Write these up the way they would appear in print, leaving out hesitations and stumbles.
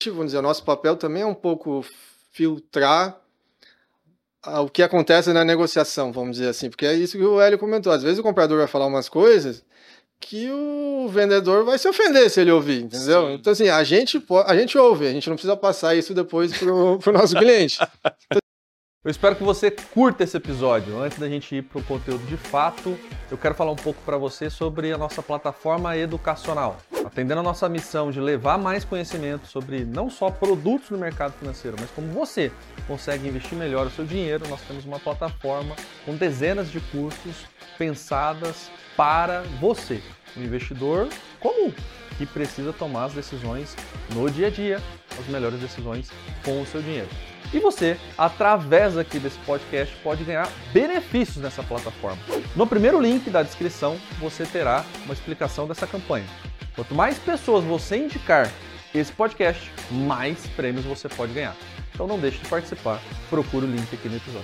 vamos dizer, o nosso papel também é um pouco filtrar o que acontece na negociação, vamos dizer assim, porque é isso que o Hélio comentou. Às vezes o comprador vai falar umas coisas que o vendedor vai se ofender se ele ouvir, entendeu? Sim. Então, assim, a gente ouve, a gente não precisa passar isso depois pro nosso cliente. Eu espero que você curta esse episódio. Antes da gente ir para o conteúdo de fato, eu quero falar um pouco para você sobre a nossa plataforma educacional. Atendendo a nossa missão de levar mais conhecimento sobre não só produtos no mercado financeiro, mas como você consegue investir melhor o seu dinheiro, nós temos uma plataforma com dezenas de cursos pensadas para você, um investidor comum, que precisa tomar as decisões no dia a dia, as melhores decisões com o seu dinheiro. E você, através aqui desse podcast, pode ganhar benefícios nessa plataforma. No primeiro link da descrição, você terá uma explicação dessa campanha. Quanto mais pessoas você indicar esse podcast, mais prêmios você pode ganhar. Então não deixe de participar, procure o link aqui no episódio.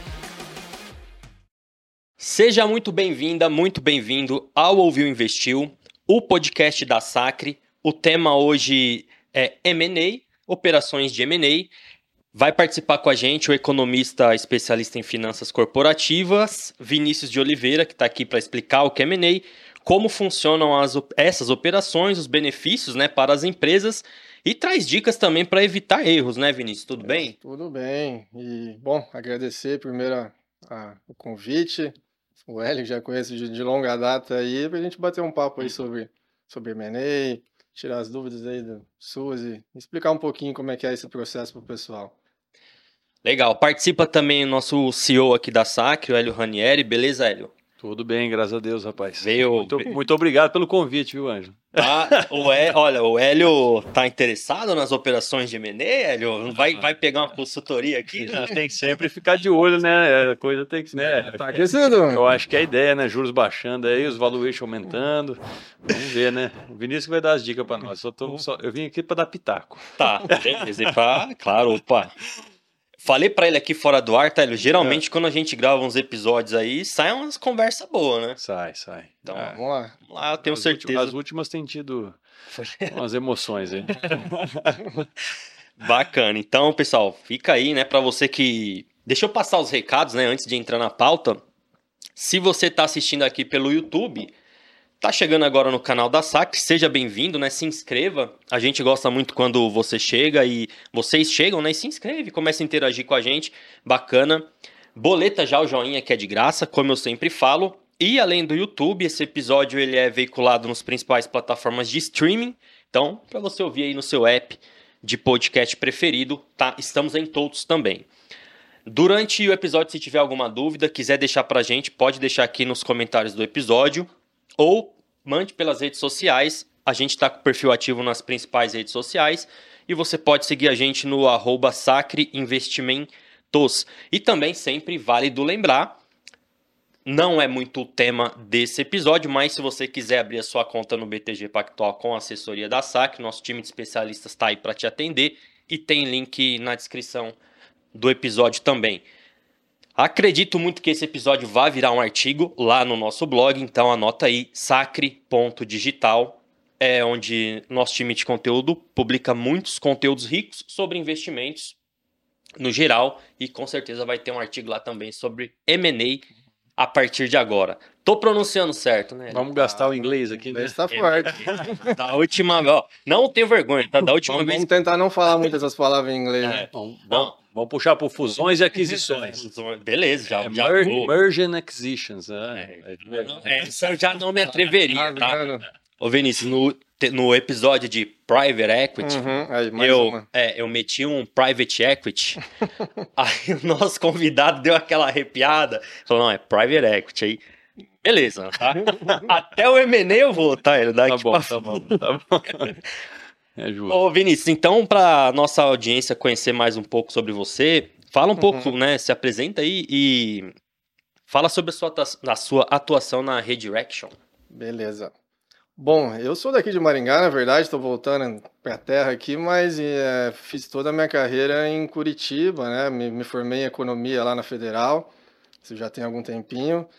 Seja muito bem-vinda, muito bem-vindo ao Ouviu Investiu, o podcast da Sacre. O tema hoje é M&A, operações de M&A. Vai participar com a gente o economista especialista em finanças corporativas, Vinícius de Oliveira, que está aqui para explicar o que é M&A, como funcionam essas operações, os benefícios, né, para as empresas e traz dicas também para evitar erros, né, Vinícius? Tudo bem? Tudo bem. E, bom, agradecer primeiro o convite. O Hélio já conheço de longa data aí, para a gente bater um papo aí sobre M&A, tirar as dúvidas aí do Suzy, explicar um pouquinho como é que é esse processo para o pessoal. Legal. Participa também o nosso CEO aqui da Sacre, o Hélio Ranieri. Beleza, Hélio? Tudo bem, graças a Deus, rapaz. Veio... Muito obrigado pelo convite, viu, Ângelo? Olha, o Hélio tá interessado nas operações de M&A, Hélio? Vai pegar uma consultoria aqui? A gente tem que sempre ficar de olho, né? A coisa tem que... né? Tá aquecido? Eu acho que é a ideia, né? Juros baixando aí, os valuation aumentando. Vamos ver, né? O Vinícius vai dar as dicas para nós. Eu vim aqui para dar pitaco. Tá, beleza. Claro, opa... Falei pra ele aqui fora do ar, tá? Geralmente, quando a gente grava uns episódios aí, sai umas conversas boas, né? Sai. Então, vamos lá. Eu tenho certeza. As últimas têm tido umas emoções aí. Bacana. Então, pessoal, fica aí, né? Pra você que... Deixa eu passar os recados, né? Antes de entrar na pauta. Se você tá assistindo aqui pelo YouTube... Tá chegando agora no canal da Sacre, seja bem-vindo, né? Se inscreva. A gente gosta muito quando você chega e vocês chegam, né? E se inscreve, começa a interagir com a gente. Bacana. Boleta já o joinha que é de graça, como eu sempre falo. E além do YouTube, esse episódio ele é veiculado nas principais plataformas de streaming. Então, para você ouvir aí no seu app de podcast preferido, tá? Estamos em todos também. Durante o episódio, se tiver alguma dúvida, quiser deixar pra gente, pode deixar aqui nos comentários do episódio. Ou mande pelas redes sociais, a gente está com o perfil ativo nas principais redes sociais e você pode seguir a gente no @sacreinvestimentos. E também sempre válido lembrar, não é muito o tema desse episódio, mas se você quiser abrir a sua conta no BTG Pactual com a assessoria da Sacre, nosso time de especialistas está aí para te atender e tem link na descrição do episódio também. Acredito muito que esse episódio vai virar um artigo lá no nosso blog, então anota aí, sacre.digital, é onde nosso time de conteúdo publica muitos conteúdos ricos sobre investimentos no geral e com certeza vai ter um artigo lá também sobre M&A a partir de agora. Tô pronunciando certo, né? Vamos gastar o inglês aqui, né? Está forte. Da última, ó, não tenho vergonha, tá? Da última vez. Vamos tentar não falar muito essas palavras em inglês, né? Vamos puxar por fusões e aquisições. Beleza, já Merge and acquisitions. Essa eu já não me atreveria, tá? Ô Vinícius, no episódio de Private Equity, eu meti um Private Equity, aí o nosso convidado deu aquela arrepiada, falou, não, é Private Equity, aí, beleza, tá? Até o M&A eu vou, tá? Tá bom. É justo. Ô Vinícius, então para nossa audiência conhecer mais um pouco sobre você, fala um pouco, né, se apresenta aí e fala sobre a sua atuação na Redirection. Beleza. Bom, eu sou daqui de Maringá, na verdade, estou voltando para a terra aqui, mas fiz toda a minha carreira em Curitiba, né? Me formei em economia lá na Federal, isso já tem algum tempinho.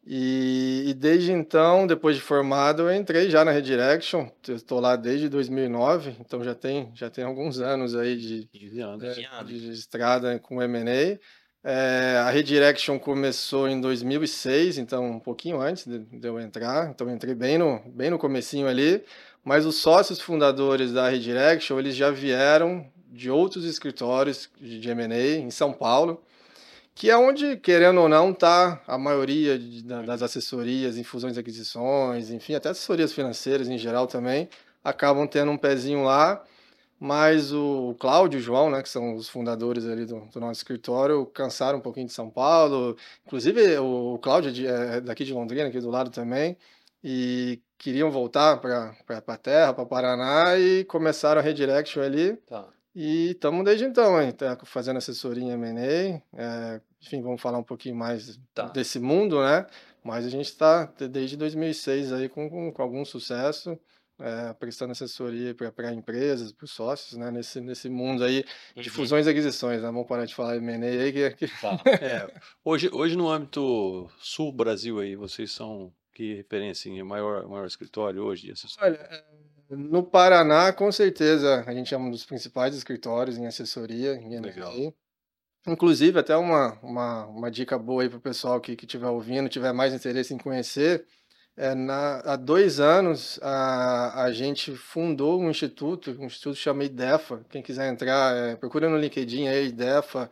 E desde então, depois de formado, eu entrei já na Redirection. Eu estou lá desde 2009, então já tem alguns anos aí 15 anos. de estrada com M&A. A Redirection começou em 2006, então um pouquinho antes de eu entrar. Então eu entrei bem no comecinho ali. Mas os sócios fundadores da Redirection, eles já vieram de outros escritórios de M&A em São Paulo, que é onde, querendo ou não, está a maioria das assessorias em fusões e aquisições, enfim, até assessorias financeiras em geral também, acabam tendo um pezinho lá, mas o Cláudio e o João, né, que são os fundadores ali do nosso escritório, cansaram um pouquinho de São Paulo, inclusive o Cláudio é daqui de Londrina, aqui do lado também, e queriam voltar para a terra, para Paraná, e começaram a Redirection ali. Tá. E estamos desde então, hein? Tá fazendo assessoria em M&A. Enfim, vamos falar um pouquinho mais Tá. desse mundo, né? Mas a gente está desde 2006 aí com algum sucesso, prestando assessoria para empresas, para os sócios, né? Nesse mundo aí de fusões e aquisições, né? Vamos parar de falar M&A aí, Tá. Hoje no âmbito sul Brasil aí, vocês são que referência em maior escritório hoje de assessoria? Olha, no Paraná, com certeza, a gente é um dos principais escritórios em assessoria, em Legal. M&A. Inclusive, até uma dica boa aí para o pessoal que estiver ouvindo, tiver mais interesse em conhecer, há 2 anos a gente fundou um instituto chama IDEFA. Quem quiser entrar, procura no LinkedIn aí, IDEFA.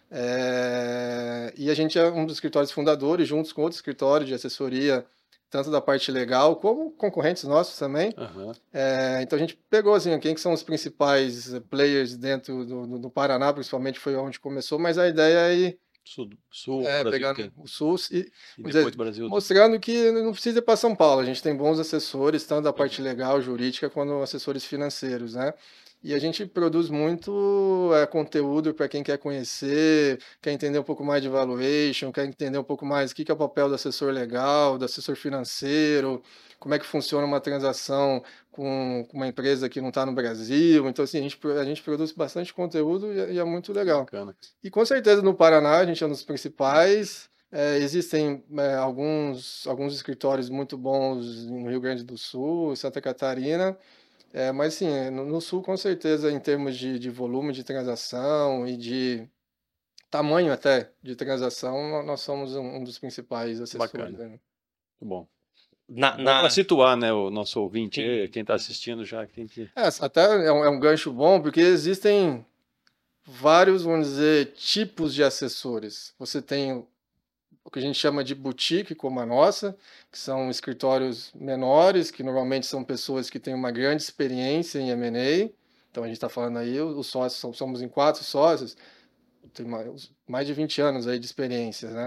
E a gente é um dos escritórios fundadores, juntos com outro escritório de assessoria, tanto da parte legal como concorrentes nossos também. Aham. Então a gente pegou assim, quem que são os principais players dentro do Paraná, principalmente foi onde começou, mas a ideia é ir Sul Brasil pegar inteiro. o SUS e E vamos depois dizer, do Brasil. mostrando que não precisa ir para São Paulo. A gente tem bons assessores, tanto da parte legal, jurídica, quanto assessores financeiros, né? E a gente produz muito conteúdo para quem quer conhecer, quer entender um pouco mais de valuation, quer entender um pouco mais o que é o papel do assessor legal, do assessor financeiro, como é que funciona uma transação com uma empresa que não está no Brasil. Então, assim, a gente produz bastante conteúdo e é muito legal. Bacana. E com certeza no Paraná a gente é um dos principais. Existem alguns escritórios muito bons no Rio Grande do Sul, Santa Catarina, mas sim, no Sul com certeza em termos de volume de transação e de tamanho até de transação, nós somos um dos principais assessores. Bacana. Né? Muito bom. Na, Para situar, né, o nosso ouvinte, Sim. quem está assistindo já tem que. Até é um gancho bom, porque existem vários, vamos dizer, tipos de assessores. Você tem o que a gente chama de boutique, como a nossa, que são escritórios menores, que normalmente são pessoas que têm uma grande experiência em M&A. Então a gente está falando aí, os sócios, somos em 4 sócios, tem mais de 20 anos aí de experiência, né?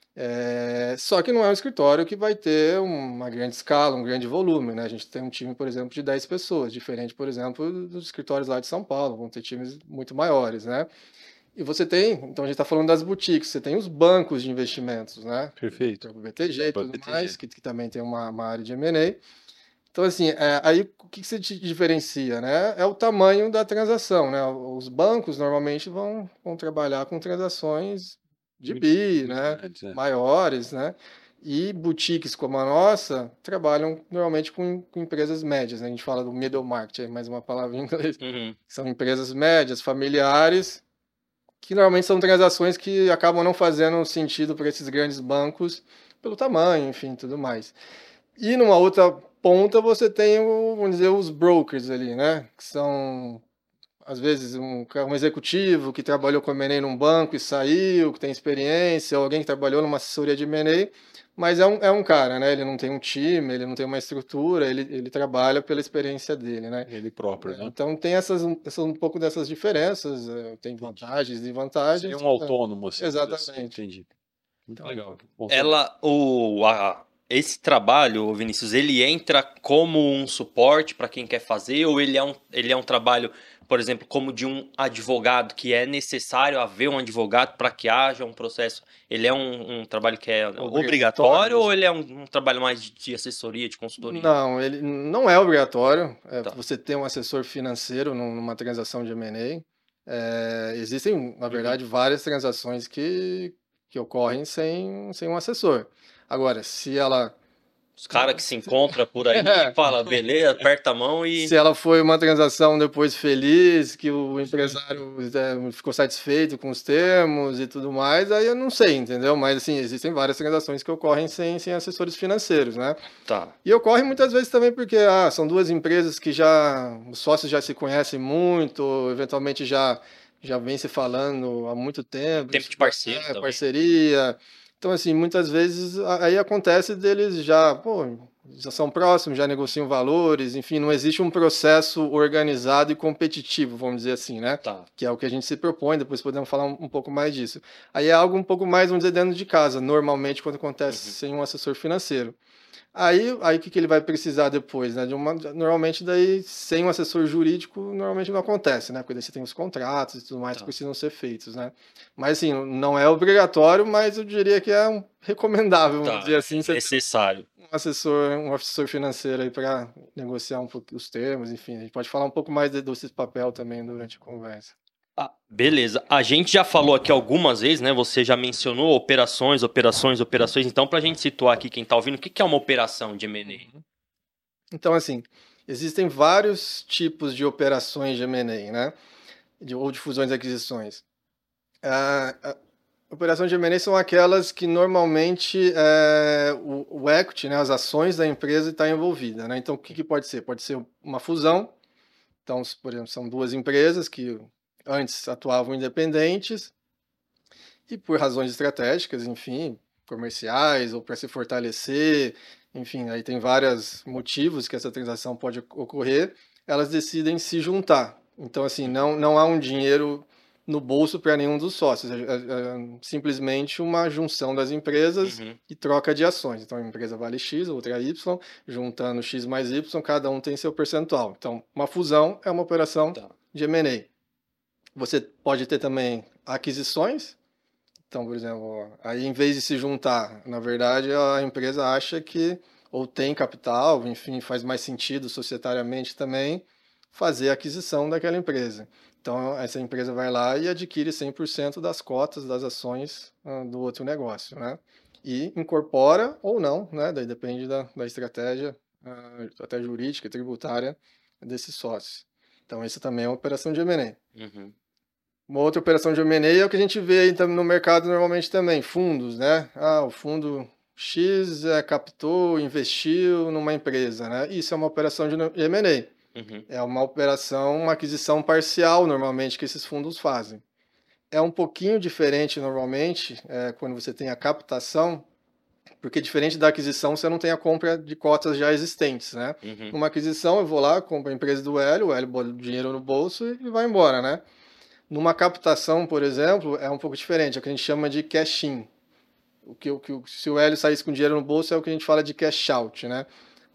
Só que não é um escritório que vai ter uma grande escala, um grande volume, né? A gente tem um time, por exemplo, de 10 pessoas, diferente, por exemplo, dos escritórios lá de São Paulo, vão ter times muito maiores, né? E você tem, então a gente está falando das boutiques, você tem os bancos de investimentos, né? Perfeito. O BTG e tudo BTG. mais, que também tem uma área de M&A. Então, assim, aí o que se diferencia, né? É o tamanho da transação, né? Os bancos normalmente vão trabalhar com transações de bi, Muito né? grandes, né? Maiores, né? E boutiques como a nossa trabalham normalmente com empresas médias, né? A gente fala do middle market, aí mais uma palavra em inglês. São empresas médias, familiares, que normalmente são transações que acabam não fazendo sentido para esses grandes bancos pelo tamanho, enfim, tudo mais. E numa outra ponta você tem, vamos dizer, os brokers ali, né? Que são, às vezes, um executivo que trabalhou com M&A num banco e saiu, que tem experiência, ou alguém que trabalhou numa assessoria de M&A, mas é um cara, né? Ele não tem um time, ele não tem uma estrutura, ele trabalha pela experiência dele, né? Ele próprio, né? Então tem um pouco dessas diferenças, tem vantagens e desvantagens. Seria um autônomo, assim. Exatamente. Entendi. Muito Então, legal. Bom, Esse trabalho, Vinícius, ele entra como um suporte para quem quer fazer, ou ele é um trabalho, por exemplo, como de um advogado, que é necessário haver um advogado para que haja um processo? Ele é um trabalho que é obrigatório, ou ele é um trabalho mais de assessoria, de consultoria? Não, ele não é obrigatório Tá. você ter um assessor financeiro numa transação de M&A. Existem, na verdade, várias transações que ocorrem sem um assessor. Agora, se ela Os caras que se encontram por aí fala, beleza, aperta a mão e... Se ela foi uma transação depois feliz, que o empresário ficou satisfeito com os termos e tudo mais, aí eu não sei, entendeu? Mas, assim, existem várias transações que ocorrem sem assessores financeiros, né? Tá. E ocorre muitas vezes também porque são duas empresas que os sócios já se conhecem muito, eventualmente já vem se falando há muito tempo. Tempo de parceiro também. Parceria. Então, assim, muitas vezes aí acontece deles já são próximos, já negociam valores, enfim, não existe um processo organizado e competitivo, vamos dizer assim, né? Tá. Que é o que a gente se propõe, depois podemos falar um pouco mais disso. Aí é algo um pouco mais, vamos dizer, dentro de casa, normalmente quando acontece sem um assessor financeiro. Aí o que ele vai precisar depois, né? Normalmente daí, sem um assessor jurídico, normalmente não acontece, né? Porque daí você tem os contratos e tudo mais que precisam ser feitos, né? Mas assim, não é obrigatório, mas eu diria que é recomendável, vamos dizer assim, você necessário. ter um assessor financeiro aí para negociar um pouco os termos, enfim. A gente pode falar um pouco mais desse papel também durante a conversa. Beleza. A gente já falou aqui algumas vezes, né? Você já mencionou operações. Então, pra gente situar aqui quem tá ouvindo, o que é uma operação de M&A? Então, assim, existem vários tipos de operações de M&A, né? Ou de fusões e aquisições. Operações de M&A são aquelas que normalmente o equity, né, as ações da empresa está envolvida, né? Então, o que pode ser? Pode ser uma fusão. Então, por exemplo, são duas empresas que antes atuavam independentes e por razões estratégicas, enfim, comerciais ou para se fortalecer, enfim, aí tem vários motivos que essa transação pode ocorrer, elas decidem se juntar. Então, assim, não há um dinheiro no bolso para nenhum dos sócios, é simplesmente uma junção das empresas e troca de ações. Então, a empresa vale X, a outra Y, juntando X mais Y, cada um tem seu percentual. Então, uma fusão é uma operação de M&A. Você pode ter também aquisições. Então, por exemplo, aí em vez de se juntar, na verdade, a empresa acha que ou tem capital, enfim, faz mais sentido societariamente também fazer a aquisição daquela empresa. Então, essa empresa vai lá e adquire 100% das cotas das ações do outro negócio, né? E incorpora ou não, né? Daí depende da estratégia, até jurídica e tributária desses sócios. Então, isso também é uma operação de M&A. Uma outra operação de M&A é o que a gente vê aí no mercado normalmente também, fundos, né? O fundo X captou, investiu numa empresa, né? Isso é uma operação de M&A. É uma operação, uma aquisição parcial, normalmente, que esses fundos fazem. É um pouquinho diferente, normalmente, quando você tem a captação, porque diferente da aquisição, você não tem a compra de cotas já existentes, né? Numa aquisição, eu vou lá, compro a empresa do Hélio, o Hélio bota o dinheiro no bolso e vai embora, né? Numa captação, por exemplo, é um pouco diferente, é o que a gente chama de cash-in. Se o Hélio saísse com dinheiro no bolso, é o que a gente fala de cash-out, né?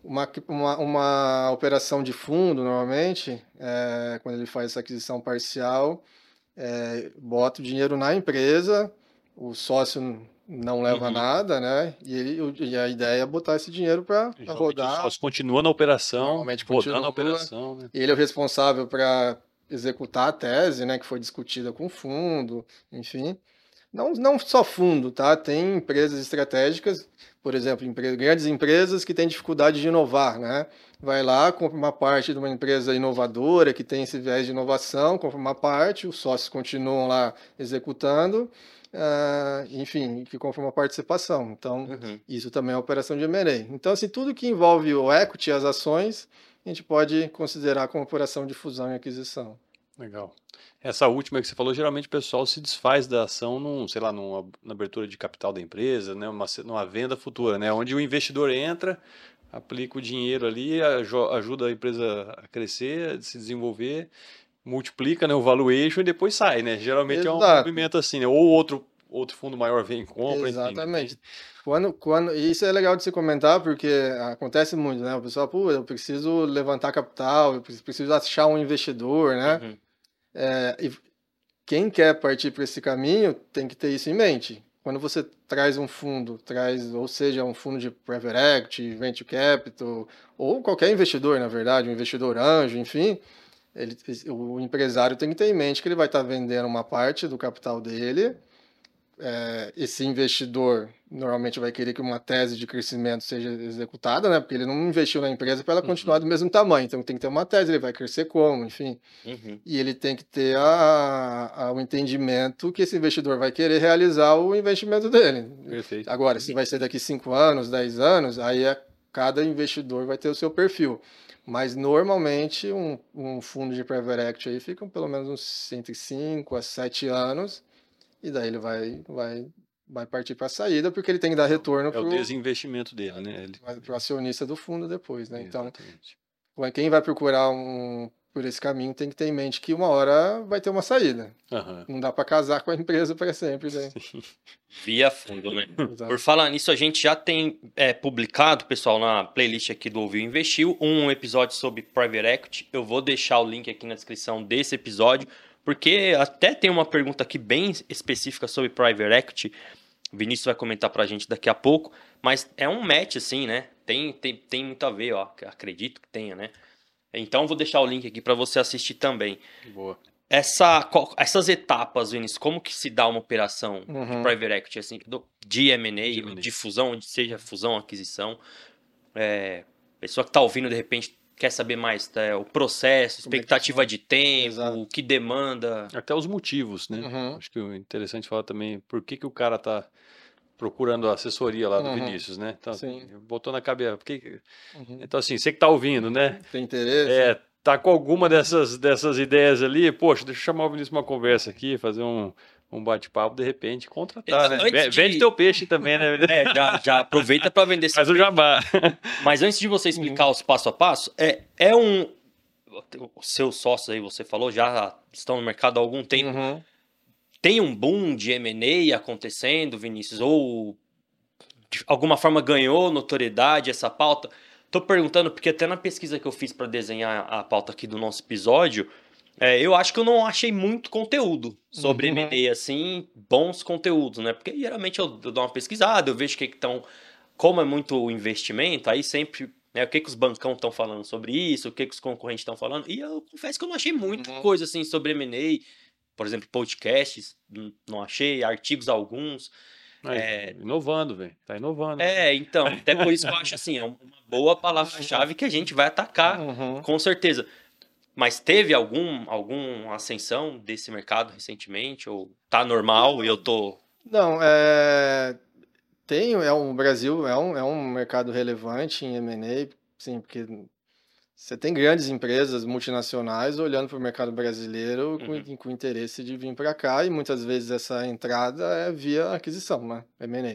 Uma operação de fundo, normalmente, quando ele faz essa aquisição parcial, bota o dinheiro na empresa, o sócio não leva nada, né? E a ideia é botar esse dinheiro para rodar. O sócio continua na operação, normalmente rodando a operação, né? Ele é o responsável para executar a tese, né, que foi discutida com o fundo, enfim. Não só fundo, tá? Tem empresas estratégicas, por exemplo, grandes empresas que têm dificuldade de inovar, né? Vai lá, compra uma parte de uma empresa inovadora que tem esse viés de inovação, compra uma parte, os sócios continuam lá executando, enfim, que compra uma participação. Então, isso também é uma operação de M&A. Então, assim, tudo que envolve o equity, as ações, a gente pode considerar como operação de fusão e aquisição. Legal. Essa última que você falou, geralmente o pessoal se desfaz da ação na abertura de capital da empresa, né, numa venda futura, né, onde o investidor entra, aplica o dinheiro ali, ajuda a empresa a crescer, a se desenvolver, multiplica, né, o valuation e depois sai, né? Geralmente é um movimento assim, né? Ou outro fundo maior vem e compra. Exatamente. Isso é legal de se comentar, porque acontece muito, né? O pessoal, eu preciso levantar capital, eu preciso achar um investidor, né? E quem quer partir para esse caminho tem que ter isso em mente. Quando você traz um fundo, ou seja, um fundo de private equity, venture capital, ou qualquer investidor, na verdade, um investidor anjo, enfim, o empresário tem que ter em mente que ele vai estar vendendo uma parte do capital dele esse investidor normalmente vai querer que uma tese de crescimento seja executada, né? Porque ele não investiu na empresa para ela continuar do mesmo tamanho. Então tem que ter uma tese, ele vai crescer como, enfim. E ele tem que ter o entendimento que esse investidor vai querer realizar o investimento dele. Perfeito. Agora, se vai ser daqui 5 anos, 10 anos, aí cada investidor vai ter o seu perfil. Mas normalmente um fundo de private equity aí fica pelo menos uns entre 5 a 7 anos. E daí ele vai partir para a saída, porque ele tem que dar retorno É o desinvestimento dele, né? Para o acionista do fundo depois, né? Exatamente. Então, quem vai procurar por esse caminho tem que ter em mente que uma hora vai ter uma saída. Não dá para casar com a empresa para sempre, né? Via fundo, né? Por falar nisso, a gente já tem publicado, pessoal, na playlist aqui do Ouviu Investiu, um episódio sobre Private Equity. Eu vou deixar o link aqui na descrição desse episódio, porque até tem uma pergunta aqui bem específica sobre Private Equity. O Vinícius vai comentar pra gente daqui a pouco. Mas é um match, assim, né? Tem muito a ver, ó. Acredito que tenha, né? Então, vou deixar o link aqui para você assistir também. Boa. Essas etapas, Vinícius, como que se dá uma operação de Private Equity, assim, de M&A, de fusão, seja fusão, aquisição? Pessoa que tá ouvindo, de repente, quer saber mais o processo, expectativa de tempo, o que demanda. Até os motivos, né? Acho que o interessante falar também por que o cara tá procurando a assessoria lá do Vinícius, né? Então, botou na cabeça. Então, assim, você que tá ouvindo, né? Tem interesse? Tá com alguma dessas ideias ali, poxa, deixa eu chamar o Vinícius pra uma conversa aqui, fazer um bate-papo, de repente, contratar, né? Vende teu peixe também, né? Já aproveita para vender. Faz o jabá. Mas antes de você explicar os passo a passo, os seus sócios aí, você falou, já estão no mercado há algum tempo. Tem um boom de M&A acontecendo, Vinícius? Ou de alguma forma ganhou notoriedade essa pauta? Tô perguntando porque até na pesquisa que eu fiz para desenhar a pauta aqui do nosso episódio, eu acho que eu não achei muito conteúdo sobre M&A, assim, bons conteúdos, né? Porque geralmente eu dou uma pesquisada, eu vejo como é muito investimento, aí sempre, né, o que os bancão estão falando sobre isso, o que os concorrentes estão falando, e eu confesso que eu não achei muita coisa, assim, sobre M&A, por exemplo, podcasts, não achei, artigos alguns. Inovando, velho. Tá inovando. Então, até por isso que eu acho assim, é uma boa palavra-chave que a gente vai atacar, com certeza. Mas teve alguma ascensão desse mercado recentemente? Ou tá normal e eu tô... Não, o Brasil é um mercado relevante em M&A, sim, porque você tem grandes empresas multinacionais olhando para o mercado brasileiro com interesse de vir para cá, e muitas vezes essa entrada é via aquisição, né? M&A.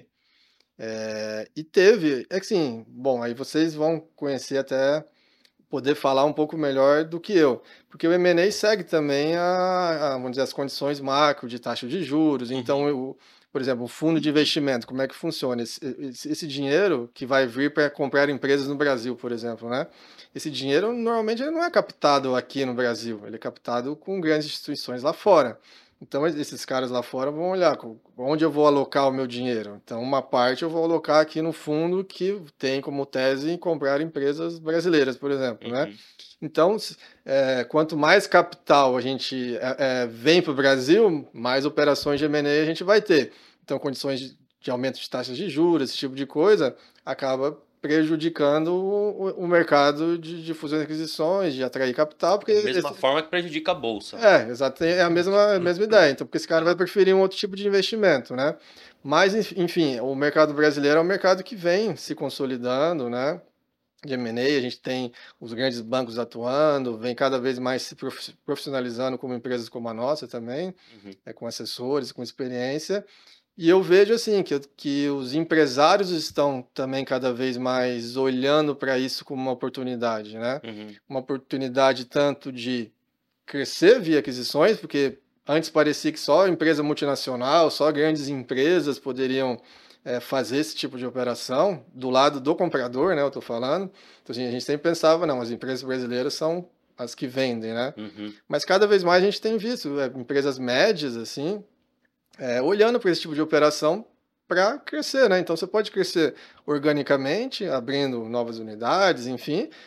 E teve, assim, bom, aí vocês vão conhecer até poder falar um pouco melhor do que eu, porque o M&A segue também vamos dizer, as condições macro de taxa de juros. Então, por exemplo, o fundo de investimento, como é que funciona? Esse dinheiro que vai vir para comprar empresas no Brasil, por exemplo, né? Esse dinheiro, normalmente, ele não é captado aqui no Brasil, ele é captado com grandes instituições lá fora. Então, esses caras lá fora vão olhar onde eu vou alocar o meu dinheiro. Então, uma parte eu vou alocar aqui no fundo que tem como tese comprar empresas brasileiras, por exemplo, né? Então, quanto mais capital a gente vem para o Brasil, mais operações de M&A a gente vai ter. Então, condições de aumento de taxas de juros, esse tipo de coisa, acaba prejudicando o mercado de fusões e aquisições, de atrair capital. Porque da mesma forma que prejudica a bolsa. Exato, é a mesma ideia. Então, porque esse cara vai preferir um outro tipo de investimento, né? Mas, enfim, o mercado brasileiro é um mercado que vem se consolidando, né? De M&A, a gente tem os grandes bancos atuando, vem cada vez mais se profissionalizando como empresas como a nossa também, com assessores, com experiência. E eu vejo assim que os empresários estão também cada vez mais olhando para isso como uma oportunidade, né? Uma oportunidade tanto de crescer via aquisições, porque antes parecia que só empresa multinacional, só grandes empresas poderiam fazer esse tipo de operação do lado do comprador, né? Eu estou falando. Então, assim, a gente sempre pensava, não, as empresas brasileiras são as que vendem, né? Mas cada vez mais a gente tem visto empresas médias, assim, olhando para esse tipo de operação para crescer, né? Então você pode crescer organicamente, abrindo novas unidades, enfim,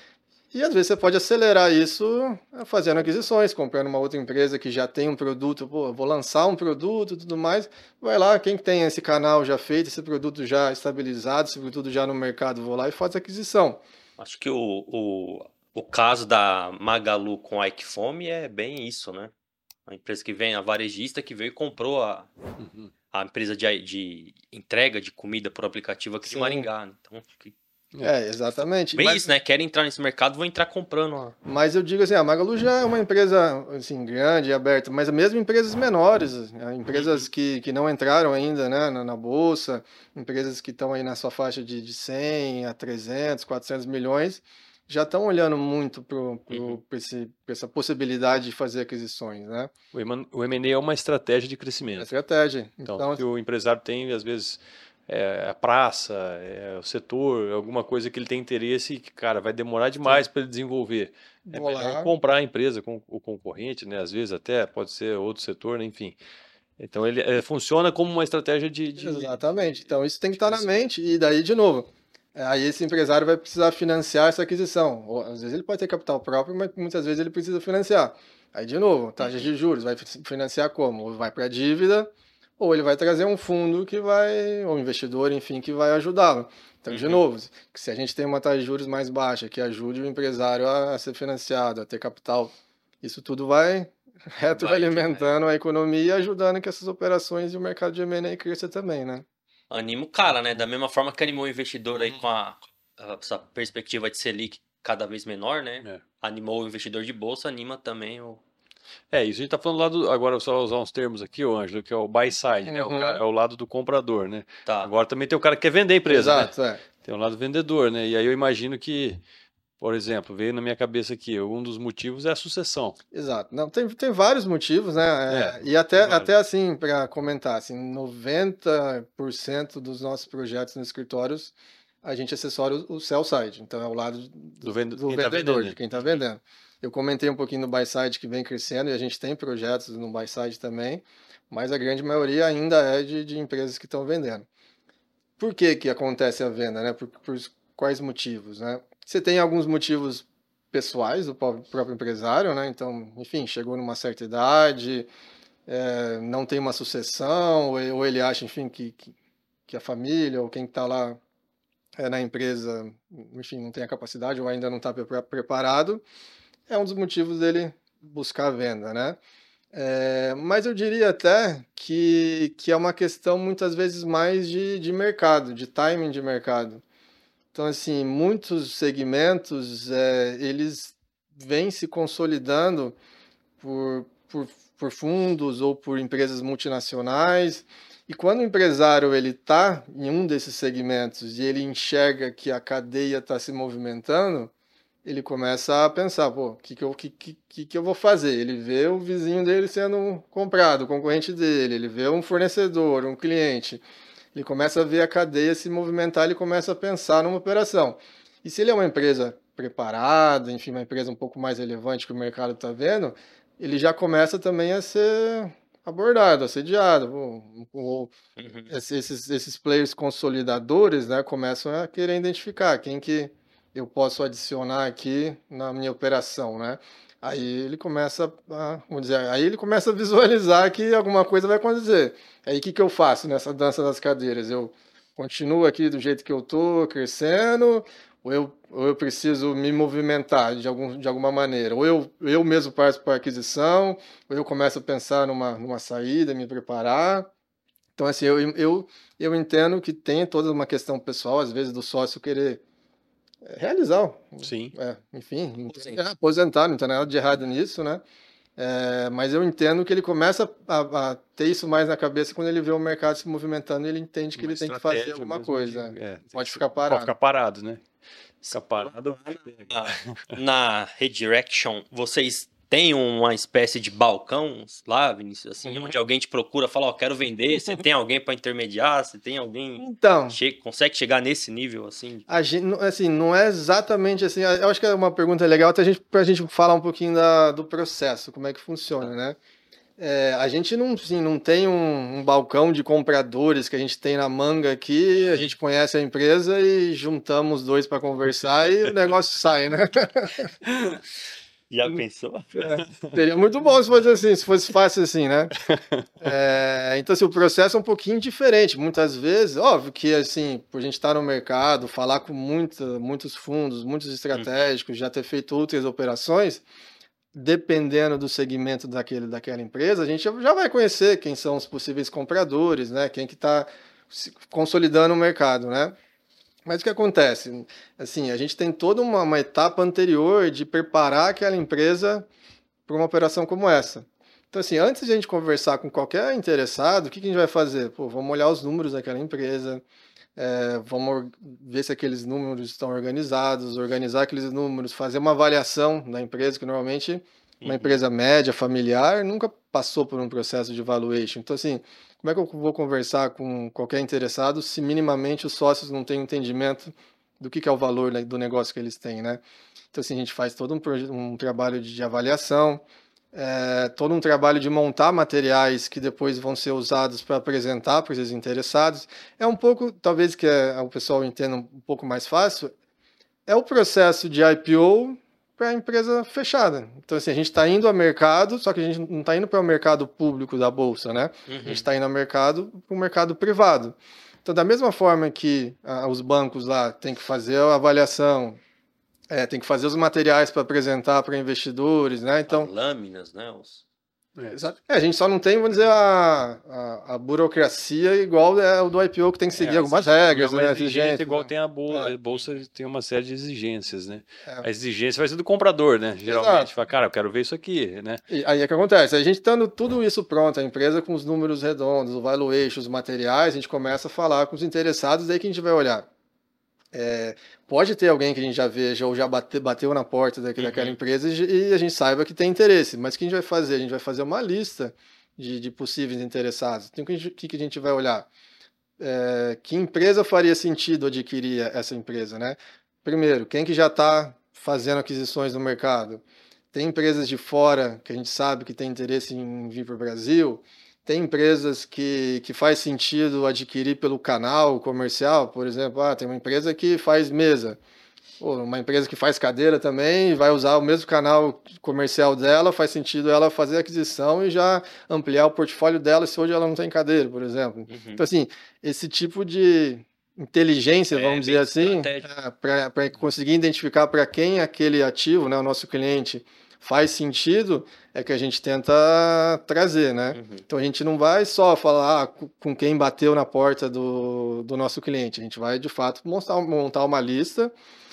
E às vezes você pode acelerar isso fazendo aquisições, comprando uma outra empresa que já tem um produto, pô, vou lançar um produto e tudo mais, vai lá, quem tem esse canal já feito, esse produto já estabilizado, esse produto já no mercado, vou lá e faço a aquisição. Acho que o caso da Magalu com a Equifome é bem isso, né? A empresa que vem, a varejista que veio e comprou a empresa de entrega de comida por aplicativo aqui de Sim. Maringá, né? Então, acho que Exatamente. bem isso, né? Querem entrar nesse mercado, vão entrar comprando. Mas eu digo assim, a Magalu já é uma empresa assim, grande e aberta, mas mesmo empresas menores, empresas que não entraram ainda, né, na bolsa, empresas que estão aí na sua faixa de 100 a 300, 400 milhões, já estão olhando muito para essa possibilidade de fazer aquisições, né? O M&A é uma estratégia de É crescimento. estratégia. Então, se o empresário tem, às vezes, a praça, o setor, alguma coisa que ele tem interesse e que, cara, vai demorar demais para ele desenvolver. É vou melhor lá. comprar a empresa com o concorrente, né? Às vezes até pode ser outro setor, né? Enfim. Então, ele funciona como uma estratégia de Exatamente. Então, isso tem que estar na mente. E daí, de novo, aí esse empresário vai precisar financiar essa aquisição. Ou, às vezes ele pode ter capital próprio, mas muitas vezes ele precisa financiar. Aí, de novo, taxa de juros, vai financiar como? Ou vai para a dívida, ou ele vai trazer um fundo que vai, ou um investidor, enfim, que vai ajudá-lo. Então, de novo, se a gente tem uma taxa de juros mais baixa, que ajude o empresário a ser financiado, a ter capital, isso tudo vai retroalimentando a economia e ajudando que essas operações e o mercado de M&A cresça também, né? Anima o cara, né? Da mesma forma que animou o investidor aí com essa perspectiva de Selic cada vez menor, né? É. Animou o investidor de bolsa, anima também o... Isso a gente tá falando lá do. Agora, só usar uns termos aqui, ô Ângelo, que é o buy side, né? É o lado do comprador, né? Tá. Agora também tem o cara que quer vender a empresa, Exato, né? Tem o lado vendedor, né? E aí eu imagino que, por exemplo, veio na minha cabeça aqui, um dos motivos é a sucessão. Exato. Não, tem vários motivos, né? E até assim, para comentar, assim, 90% dos nossos projetos nos escritórios, a gente assessora o sell side, então é o lado do vendedor, de quem está vendendo. Eu comentei um pouquinho no buy side que vem crescendo e a gente tem projetos no buy side também, mas a grande maioria ainda é de empresas que estão vendendo. Por que acontece a venda, né? Por quais motivos, né? Você tem alguns motivos pessoais do próprio empresário, né? Então, enfim, chegou numa certa idade, não tem uma sucessão, ou ele acha, enfim, que a família ou quem está lá na empresa, enfim, não tem a capacidade ou ainda não está preparado. É um dos motivos dele buscar a venda, né? Mas eu diria até que é uma questão muitas vezes mais de mercado, de timing de mercado. Então, assim, muitos segmentos, eles vêm se consolidando por fundos ou por empresas multinacionais. E quando o empresário ele está em um desses segmentos e ele enxerga que a cadeia está se movimentando, ele começa a pensar, pô, o que eu vou fazer? Ele vê o vizinho dele sendo comprado, o concorrente dele, ele vê um fornecedor, um cliente. Ele começa a ver a cadeia se movimentar, ele começa a pensar numa operação. E se ele é uma empresa preparada, enfim, uma empresa um pouco mais relevante que o mercado está vendo, ele já começa também a ser abordado, assediado. Esses players consolidadores, né, começam a querer identificar quem que eu posso adicionar aqui na minha operação, né? Aí ele começa a visualizar que alguma coisa vai acontecer. Aí o que eu faço nessa dança das cadeiras? Eu continuo aqui do jeito que eu tô, crescendo, ou eu preciso me movimentar de alguma maneira? Ou eu mesmo parto para a aquisição, ou eu começo a pensar numa saída, me preparar. Então, assim, eu entendo que tem toda uma questão pessoal, às vezes, do sócio querer realizar, Sim. Enfim, aposentar, não tem nada de errado nisso, né? Mas eu entendo que ele começa a ter isso mais na cabeça quando ele vê o mercado se movimentando e ele entende que ele tem que fazer alguma coisa. Pode ficar parado. Pode ficar parado, né? Ficar parado. Na Redirection, vocês têm uma espécie de balcão lá, Vinícius, assim, onde alguém te procura, fala, ó, quero vender, você tem alguém para intermediar, você tem alguém então, consegue chegar nesse nível, assim? A gente, assim, não é exatamente assim, eu acho que é uma pergunta legal até pra gente falar um pouquinho do processo, como é que funciona, né? A gente não, assim, não tem um balcão de compradores que a gente tem na manga aqui, a gente conhece a empresa e juntamos dois para conversar e o negócio sai, né? Já pensou? Seria muito bom se fosse assim, se fosse fácil assim, né? Então, assim, o processo é um pouquinho diferente. Muitas vezes, óbvio que, assim, por a gente estar no mercado, falar com muitos fundos, muitos estratégicos, já ter feito outras operações, dependendo do segmento daquela empresa, a gente já vai conhecer quem são os possíveis compradores, né? Quem que está consolidando o mercado, né? Mas o que acontece? Assim, a gente tem toda uma etapa anterior de preparar aquela empresa para uma operação como essa. Então, assim, antes de a gente conversar com qualquer interessado, o que a gente vai fazer? Pô, vamos olhar os números daquela empresa, vamos ver se aqueles números estão organizados, organizar aqueles números, fazer uma avaliação da empresa, que normalmente uma empresa média, familiar, nunca passou por um processo de valuation. Então, assim, como é que eu vou conversar com qualquer interessado se minimamente os sócios não têm entendimento do que é o valor, né, do negócio que eles têm, né? Então, assim, a gente faz todo um trabalho de avaliação, todo um trabalho de montar materiais que depois vão ser usados para apresentar para esses interessados. É um pouco, talvez que o pessoal entenda um pouco mais fácil, é o processo de IPO para a empresa fechada. Então, assim, a gente está indo ao mercado, só que a gente não está indo para o mercado público da Bolsa, né? A gente está indo ao mercado para o mercado privado. Então, da mesma forma que os bancos lá têm que fazer a avaliação, tem que fazer os materiais para apresentar para investidores, né? Então, as lâminas, né? a gente só não tem, vamos dizer, a burocracia igual o do IPO, que tem que seguir algumas regras, né? Exigência, igual tem a bolsa tem uma série de exigências, né? A exigência vai ser do comprador, né? Geralmente, fala, cara, eu quero ver isso aqui, né? E aí é que acontece, a gente estando tudo isso pronto, a empresa com os números redondos, o valuation, os materiais, a gente começa a falar com os interessados, daí que a gente vai olhar. Pode ter alguém que a gente já veja ou já bateu na porta daquela empresa e a gente saiba que tem interesse, mas o que a gente vai fazer? A gente vai fazer uma lista de possíveis interessados. Então, o que a gente vai olhar? Que empresa faria sentido adquirir essa empresa, né? Primeiro, quem que já está fazendo aquisições no mercado? Tem empresas de fora que a gente sabe que tem interesse em vir para o Brasil? Tem empresas que faz sentido adquirir pelo canal comercial, por exemplo, tem uma empresa que faz mesa, uma empresa que faz cadeira também, vai usar o mesmo canal comercial dela, faz sentido ela fazer a aquisição e já ampliar o portfólio dela se hoje ela não tem cadeira, por exemplo. Então, assim, esse tipo de inteligência, vamos dizer assim, para conseguir identificar para quem aquele ativo, né, o nosso cliente, faz sentido, é que a gente tenta trazer, né? Então a gente não vai só falar com quem bateu na porta do nosso cliente, a gente vai de fato montar uma lista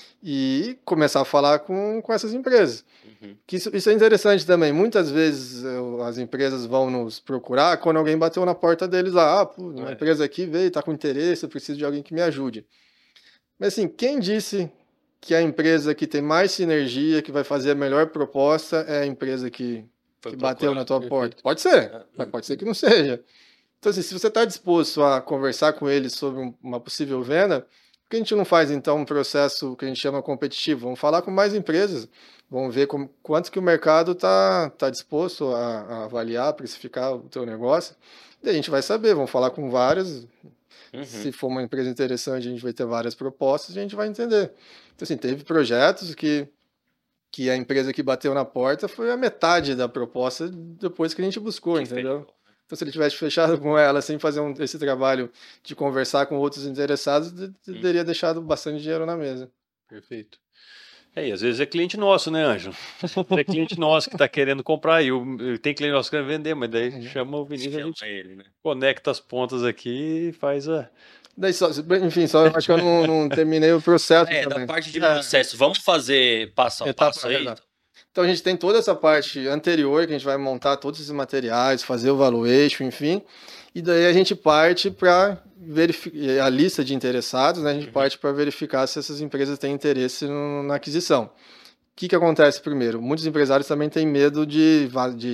e começar a falar com essas empresas. Que isso é interessante também, muitas vezes as empresas vão nos procurar quando alguém bateu na porta deles lá, uma empresa aqui veio, está com interesse, eu preciso de alguém que me ajude. Mas assim, quem disse que a empresa que tem mais sinergia, que vai fazer a melhor proposta, é a empresa que bateu na tua porta? Pode ser, mas pode ser que não seja. Então, assim, se você está disposto a conversar com eles sobre uma possível venda, por que a gente não faz, então, um processo que a gente chama competitivo? Vamos falar com mais empresas, vamos ver quanto que o mercado está disposto a avaliar, precificar o teu negócio, e a gente vai saber, vamos falar com várias. Se for uma empresa interessante, a gente vai ter várias propostas e a gente vai entender. Então, assim, teve projetos que a empresa que bateu na porta foi a metade da proposta depois que a gente buscou, entendeu? Então, se ele tivesse fechado com ela sem fazer esse trabalho de conversar com outros interessados, teria deixado bastante dinheiro na mesa. Perfeito. E às vezes é cliente nosso, né, Ângelo? É cliente nosso que está querendo comprar e tem cliente nosso que quer vender, mas daí chama o Vinícius, a gente conecta as pontas aqui e faz a... Daí enfim, só acho que eu não terminei o processo Da também. parte de processo, vamos fazer passo a passo aí? Então a gente tem toda essa parte anterior que a gente vai montar todos esses materiais, fazer o valuation, enfim, e daí a gente parte para verificar a lista de interessados, né? A gente parte para verificar se essas empresas têm interesse na aquisição. O que acontece primeiro? Muitos empresários também têm medo de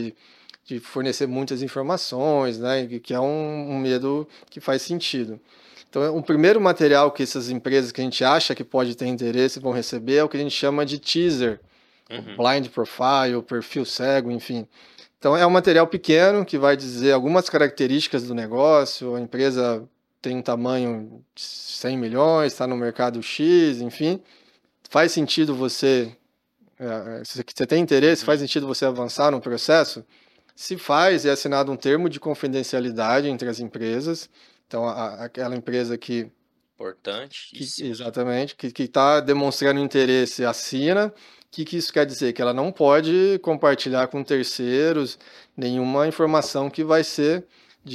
fornecer muitas informações, né? Que é um medo que faz sentido. Então, o primeiro material que essas empresas que a gente acha que pode ter interesse vão receber é o que a gente chama de teaser, blind profile, perfil cego, enfim. Então, é um material pequeno que vai dizer algumas características do negócio, a empresa tem um tamanho de 100 milhões, está no mercado X, enfim. Faz sentido você, se você tem interesse, faz sentido você avançar no processo? Se faz, é assinado um termo de confidencialidade entre as empresas. Então, aquela empresa que Importante. exatamente, que está demonstrando interesse, assina. O que isso quer dizer? Que ela não pode compartilhar com terceiros nenhuma informação que vai ser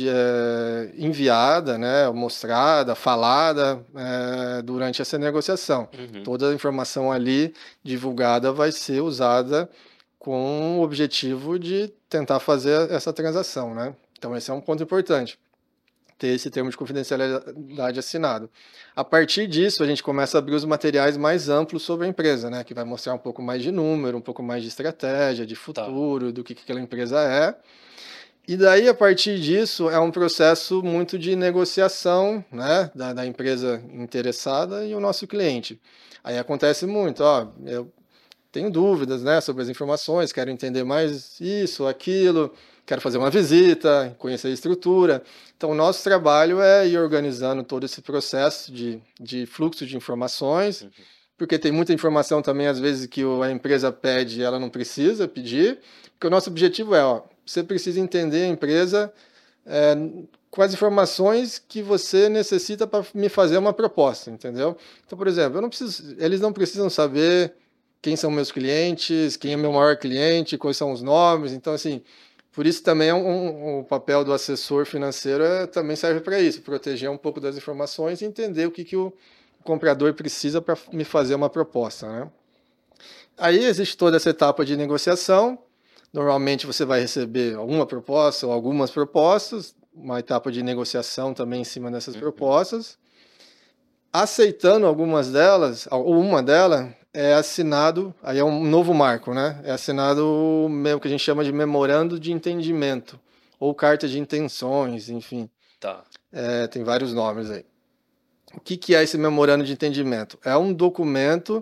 enviada, né, mostrada, falada durante essa negociação. Toda a informação ali divulgada vai ser usada com o objetivo de tentar fazer essa transação, né? Então esse é um ponto importante, ter esse termo de confidencialidade assinado. A partir disso, a gente começa a abrir os materiais mais amplos sobre a empresa, né? Que vai mostrar um pouco mais de número, um pouco mais de estratégia, de futuro, do que aquela empresa é. E daí, a partir disso, é um processo muito de negociação, né? Da empresa interessada e o nosso cliente. Aí acontece muito, eu tenho dúvidas, né, sobre as informações, quero entender mais isso, aquilo, quero fazer uma visita, conhecer a estrutura. Então, o nosso trabalho é ir organizando todo esse processo de fluxo de informações, porque tem muita informação também, às vezes, que a empresa pede e ela não precisa pedir, porque o nosso objetivo você precisa entender a empresa com as informações que você necessita para me fazer uma proposta, entendeu? Então, por exemplo, eles não precisam saber quem são meus clientes, quem é meu maior cliente, quais são os nomes. Então, assim, por isso também o papel do assessor financeiro também serve para isso, proteger um pouco das informações e entender o que o comprador precisa para me fazer uma proposta, né? Aí existe toda essa etapa de negociação. Normalmente você vai receber alguma proposta ou algumas propostas, uma etapa de negociação também em cima dessas propostas. Aceitando algumas delas, ou uma delas, é assinado, aí é um novo marco, né? É assinado o que a gente chama de memorando de entendimento, ou carta de intenções, enfim. Tá. Tem vários nomes aí. O que é esse memorando de entendimento? É um documento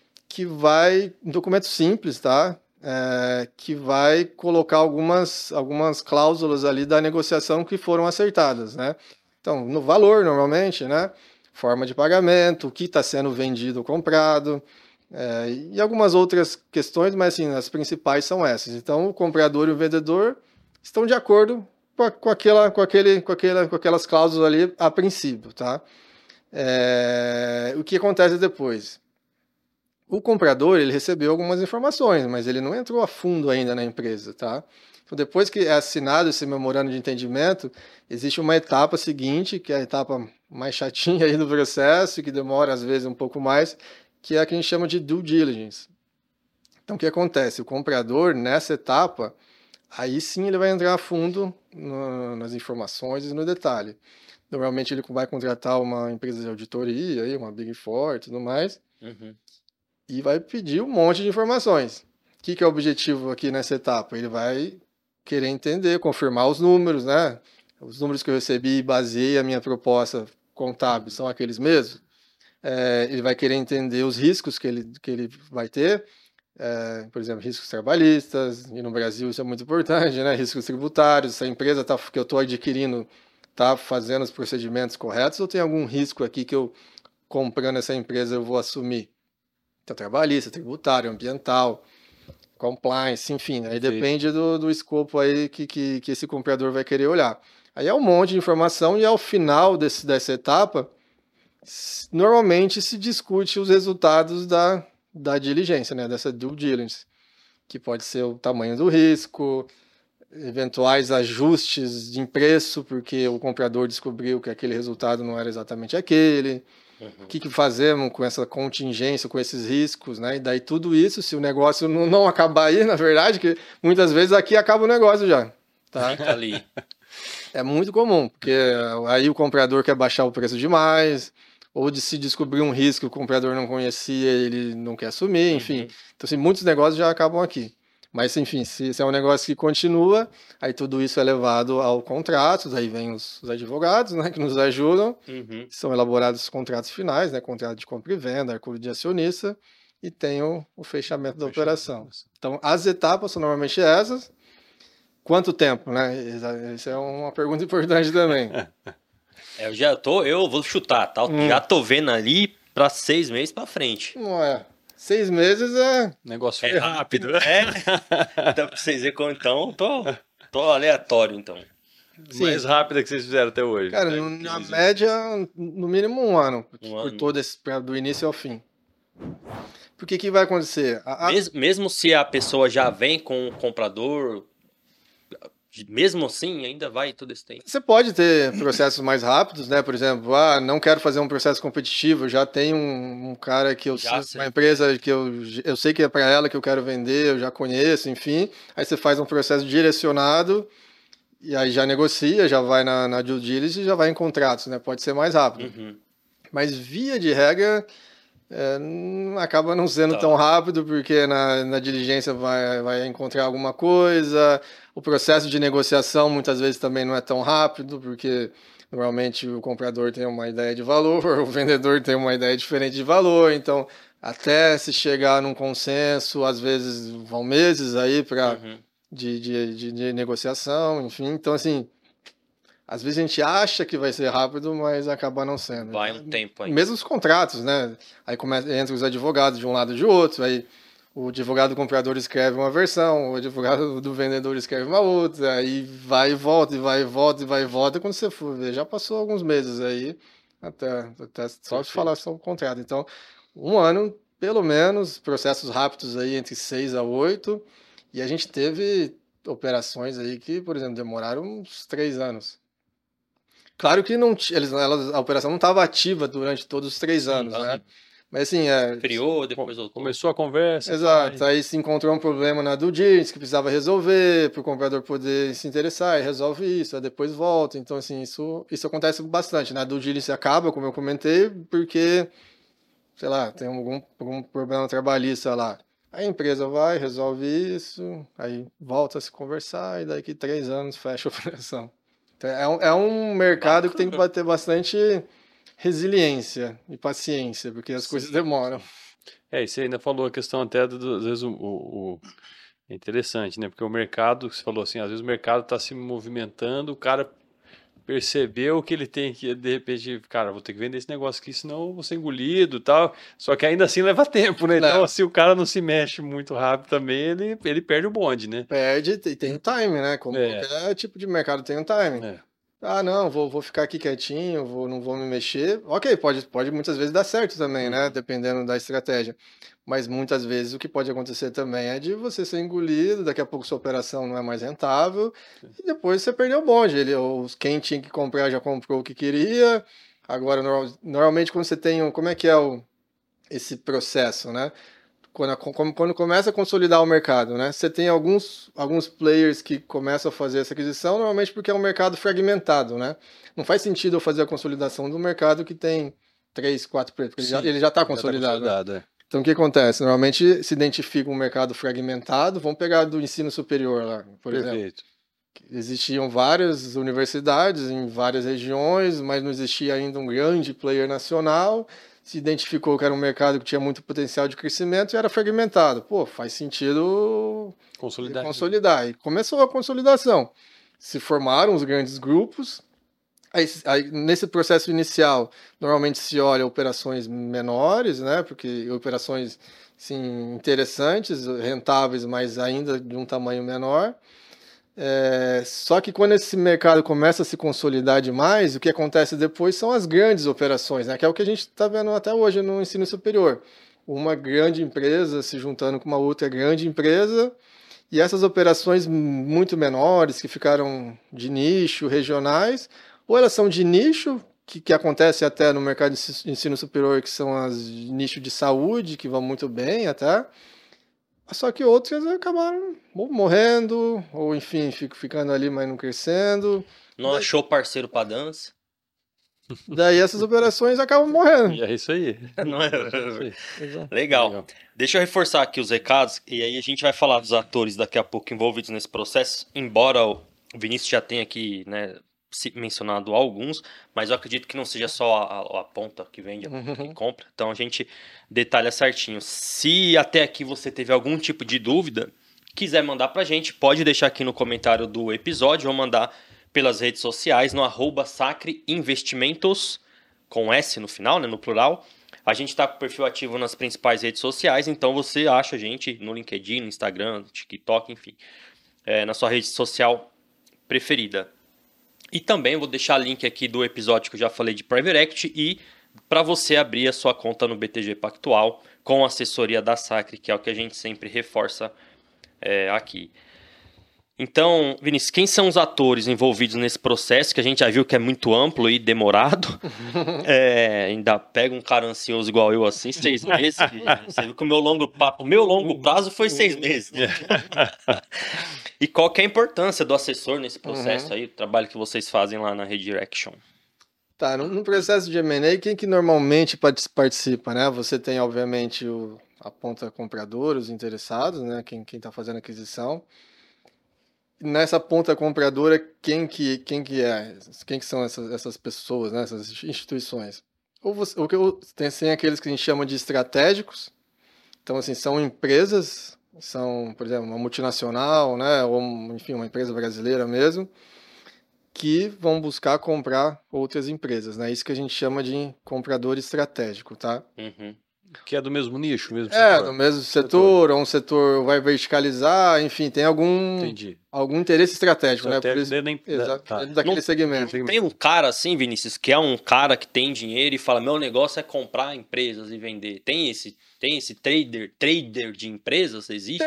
um documento simples, tá? Que vai colocar algumas cláusulas ali da negociação que foram acertadas, né? Então, no valor, normalmente, né? Forma de pagamento, o que está sendo vendido ou comprado, e algumas outras questões, mas assim, as principais são essas. Então, o comprador e o vendedor estão de acordo com aquelas cláusulas ali a princípio, tá? O que acontece depois? O comprador, ele recebeu algumas informações, mas ele não entrou a fundo ainda na empresa, tá? Então, depois que é assinado esse memorando de entendimento, existe uma etapa seguinte, que é a etapa mais chatinha aí do processo, que demora às vezes um pouco mais, que é a que a gente chama de due diligence. Então, o que acontece? O comprador, nessa etapa, aí sim ele vai entrar a fundo nas informações e no detalhe. Normalmente ele vai contratar uma empresa de auditoria, aí, uma Big Four e tudo mais, e vai pedir um monte de informações. O que é o objetivo aqui nessa etapa? Ele vai querer entender, confirmar os números, né? Os números que eu recebi e baseei a minha proposta contábil são aqueles mesmos. Ele vai querer entender os riscos que ele vai ter, por exemplo, riscos trabalhistas, e no Brasil isso é muito importante, né? Riscos tributários, se a empresa que eu estou adquirindo está fazendo os procedimentos corretos, ou tem algum risco aqui que eu, comprando essa empresa, eu vou assumir? Então, trabalhista, tributário, ambiental, compliance, enfim, aí depende do escopo aí que esse comprador vai querer olhar. Aí é um monte de informação e ao final dessa etapa, normalmente se discute os resultados da diligência, né, dessa due diligence, que pode ser o tamanho do risco, eventuais ajustes de preço, porque o comprador descobriu que aquele resultado não era exatamente aquele. O que fazemos com essa contingência, com esses riscos, né? E daí tudo isso, se o negócio não acabar aí, na verdade, que muitas vezes aqui acaba o negócio já, tá? Ali. É muito comum, porque aí o comprador quer baixar o preço demais, ou se descobrir um risco que o comprador não conhecia, ele não quer assumir, enfim. Então, assim, muitos negócios já acabam aqui. Mas, enfim, se é um negócio que continua, aí tudo isso é levado ao contrato, daí vem os advogados, né, que nos ajudam, são elaborados os contratos finais, né, contrato de compra e venda, acordo de acionista, e tem o fechamento da operação. Então, as etapas são normalmente essas. quanto tempo, né? Essa é uma pergunta importante também. Eu vou chutar, tá? Já tô vendo ali para 6 meses para frente. Não é. 6 meses é... O negócio foi rápido. Então, pra vocês verem como, então, tô aleatório, então. Sim. Mais rápida que vocês fizeram até hoje. Cara, na média, no mínimo 1 ano. Um por ano. todo esse, do início ao fim. Porque que vai acontecer? Mesmo se a pessoa já vem com o comprador, mesmo assim, ainda vai todo esse tempo. Você pode ter processos mais rápidos, né? Por exemplo, não quero fazer um processo competitivo, já tem um cara que uma empresa que eu sei que é para ela que eu quero vender, eu já conheço, enfim. Aí você faz um processo direcionado e aí já negocia, já vai na due diligence e já vai em contratos, né? Pode ser mais rápido. Uhum. Mas via de regra, acaba não sendo tão rápido, porque na diligência vai encontrar alguma coisa. O processo de negociação muitas vezes também não é tão rápido, porque normalmente o comprador tem uma ideia de valor, o vendedor tem uma ideia diferente de valor, então até se chegar num consenso, às vezes vão meses aí de negociação, enfim. Então, assim, às vezes a gente acha que vai ser rápido, mas acaba não sendo. Vai um tempo aí. Mesmo os contratos, né? Aí entra os advogados de um lado e de outro, aí o advogado do comprador escreve uma versão, o advogado do vendedor escreve uma outra, aí vai e volta, e vai e volta, e vai e volta, quando você for ver, já passou alguns meses aí, até só se falar sobre o contrato. Então, 1 ano, pelo menos, processos rápidos aí entre 6 a 8, e a gente teve operações aí que, por exemplo, demoraram uns 3 anos. Claro que a operação não estava ativa durante todos os 3 anos, né? Mas assim, Friou, depois voltou. Começou a conversa. Exato, aí se encontrou um problema na due diligence que precisava resolver, para o comprador poder se interessar, e resolve isso, aí depois volta. Então, assim, isso acontece bastante, né? A due diligence acaba, como eu comentei, porque, sei lá, tem algum problema trabalhista lá. Aí a empresa vai, resolve isso, aí volta a se conversar, e daqui 3 anos fecha a operação. Então, é um mercado que tem que ter bastante resiliência e paciência, porque as coisas demoram. E você ainda falou a questão até, às vezes, é interessante, né? Porque o mercado, você falou assim, às vezes o mercado está se movimentando, o cara percebeu que ele tem que, de repente, cara, vou ter que vender esse negócio aqui, senão eu vou ser engolido e tal. Só que ainda assim leva tempo, né? Então, se o cara não se mexe muito rápido também, ele perde o bonde, né? Perde e tem um time, né? Como qualquer tipo de mercado tem um time. Não, vou ficar aqui quietinho, não vou me mexer. Ok, pode muitas vezes dar certo também, né? Dependendo da estratégia. Mas muitas vezes o que pode acontecer também é de você ser engolido, daqui a pouco sua operação não é mais rentável, e depois você perdeu o bonde. Quem tinha que comprar já comprou o que queria. Agora, normalmente quando você tem como é que é esse processo, né? Quando começa a consolidar o mercado, né? Você tem alguns players que começam a fazer essa aquisição, normalmente porque é um mercado fragmentado, né? Não faz sentido eu fazer a consolidação do mercado que tem 3, 4 players, porque ele já está consolidado. Né? Então, o que acontece? Normalmente se identifica um mercado fragmentado, vamos pegar do ensino superior lá, por exemplo. Existiam várias universidades em várias regiões, mas não existia ainda um grande player nacional. Se identificou que era um mercado que tinha muito potencial de crescimento e era fragmentado. Faz sentido consolidar. E começou a consolidação. Se formaram os grandes grupos. Aí, nesse processo inicial, normalmente se olha operações menores, né? Porque operações sim, interessantes, rentáveis, mas ainda de um tamanho menor. Só que quando esse mercado começa a se consolidar demais, o que acontece depois são as grandes operações, né? Que é o que a gente está vendo até hoje no ensino superior. Uma grande empresa se juntando com uma outra grande empresa, e essas operações muito menores, que ficaram de nicho, regionais, ou elas são de nicho, que acontece até no mercado de ensino superior, que são as nichos de saúde, que vão muito bem até. Só que outras acabaram morrendo, ou enfim, ficando ali, mas não crescendo. Não achou parceiro para dança. Daí essas operações acabam morrendo. E é isso aí. Não é? Legal. Deixa eu reforçar aqui os recados, e aí a gente vai falar dos atores daqui a pouco envolvidos nesse processo, embora o Vinícius já tenha aqui, né, mencionado alguns, mas eu acredito que não seja só a ponta que vende, a ponta que compra. Então a gente detalha certinho. Se até aqui você teve algum tipo de dúvida, quiser mandar pra gente, pode deixar aqui no comentário do episódio ou mandar pelas redes sociais no @sacreinvestimentos, com S no final, né, no plural. A gente está com o perfil ativo nas principais redes sociais, então você acha a gente no LinkedIn, no Instagram, no TikTok, enfim, na sua rede social preferida. E também vou deixar link aqui do episódio que eu já falei de Private Equity e para você abrir a sua conta no BTG Pactual com a assessoria da Sacre, que é o que a gente sempre reforça aqui. Então, Vinícius, quem são os atores envolvidos nesse processo, que a gente já viu que é muito amplo e demorado? Ainda pega um cara ansioso igual eu, assim, 6 meses. Você viu que o meu longo prazo foi 6 meses. E qual que é a importância do assessor nesse processo aí, o trabalho que vocês fazem lá na Redirection? Tá, no processo de M&A, quem que normalmente participa, né? Você tem, obviamente, a ponta compradora, os interessados, né? Quem está fazendo a aquisição. Nessa ponta compradora, quem que são essas pessoas, né? Essas instituições? Tem aqueles que a gente chama de estratégicos. Então, assim, são empresas, são, por exemplo, uma multinacional, né? Ou, enfim, uma empresa brasileira mesmo, que vão buscar comprar outras empresas, né? Isso que a gente chama de comprador estratégico, tá? Uhum. Que é do mesmo nicho, mesmo setor. Do mesmo setor, ou um setor vai verticalizar, enfim, tem algum interesse estratégico, né? Por isso, dentro daquele segmento. Tem um cara assim, Vinícius, que é um cara que tem dinheiro e fala, meu negócio é comprar empresas e vender. Tem esse trader de empresas? Existe?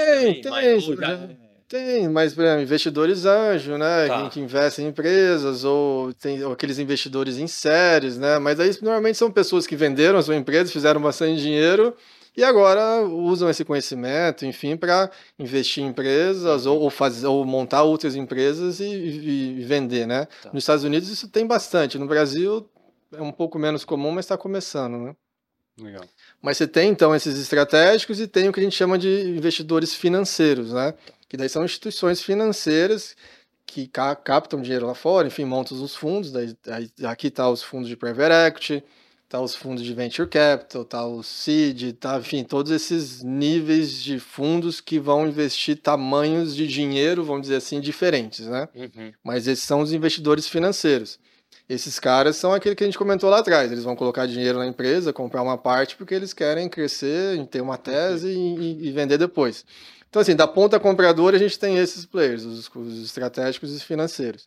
Tem, mas, por exemplo, investidores anjo, né? Tá. Que investem em empresas, ou aqueles investidores em séries, né? Mas aí normalmente são pessoas que venderam a sua empresa, fizeram bastante dinheiro e agora usam esse conhecimento, enfim, para investir em empresas ou montar outras empresas e vender, né? Tá. Nos Estados Unidos isso tem bastante, no Brasil é um pouco menos comum, mas está começando, né? Legal. Mas você tem, então, esses estratégicos e tem o que a gente chama de investidores financeiros, né? Que daí são instituições financeiras que captam dinheiro lá fora, enfim, montam os fundos, aqui tá os fundos de Private Equity, tá os fundos de Venture Capital, tá o Seed, tá, enfim, todos esses níveis de fundos que vão investir tamanhos de dinheiro, vamos dizer assim, diferentes, né? Uhum. Mas esses são os investidores financeiros. Esses caras são aquele que a gente comentou lá atrás, eles vão colocar dinheiro na empresa, comprar uma parte porque eles querem crescer, ter uma tese e vender depois. Então, assim, da ponta compradora a gente tem esses players, os estratégicos e os financeiros.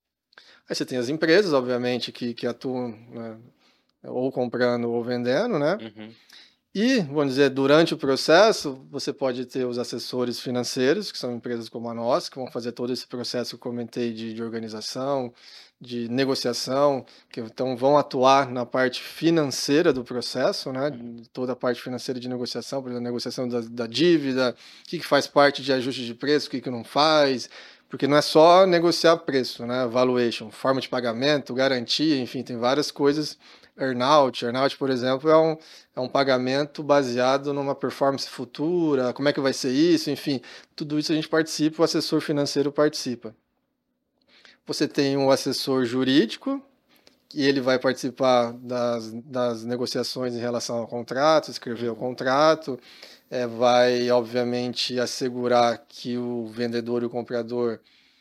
Aí você tem as empresas, obviamente, que atuam, né, ou comprando ou vendendo, né? Uhum. E, vamos dizer, durante o processo, você pode ter os assessores financeiros, que são empresas como a nossa, que vão fazer todo esse processo que eu comentei de organização, de negociação, que então vão atuar na parte financeira do processo, né? Toda a parte financeira de negociação, por exemplo, a negociação da dívida, o que faz parte de ajuste de preço, o que não faz, porque não é só negociar preço, né? Valuation, forma de pagamento, garantia, enfim, tem várias coisas. Earnout, por exemplo, é um pagamento baseado numa performance futura, como é que vai ser isso, enfim, tudo isso a gente participa, o assessor financeiro participa. Você tem um assessor jurídico, e ele vai participar das negociações em relação ao contrato, escrever o contrato, vai, obviamente, assegurar que o vendedor e o comprador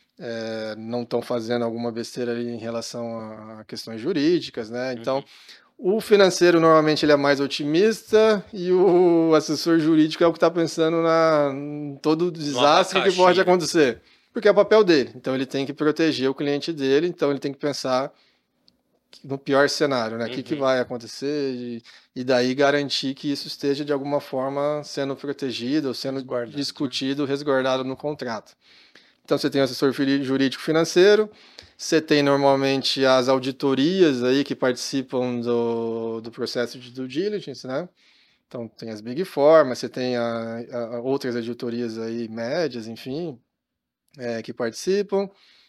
não estão fazendo alguma besteira ali em relação a questões jurídicas, né? Então, o financeiro normalmente ele é mais otimista e o assessor jurídico é o que está pensando em todo o desastre que pode acontecer, porque é o papel dele. Então, ele tem que proteger o cliente dele, então ele tem que pensar no pior cenário, né? O que vai acontecer e daí garantir que isso esteja de alguma forma sendo protegido ou sendo discutido, resguardado no contrato. Então, você tem o assessor jurídico financeiro, você tem normalmente as auditorias aí que participam do processo de due diligence, né? Então, tem as Big Four, mas você tem outras auditorias aí médias, enfim, que participam.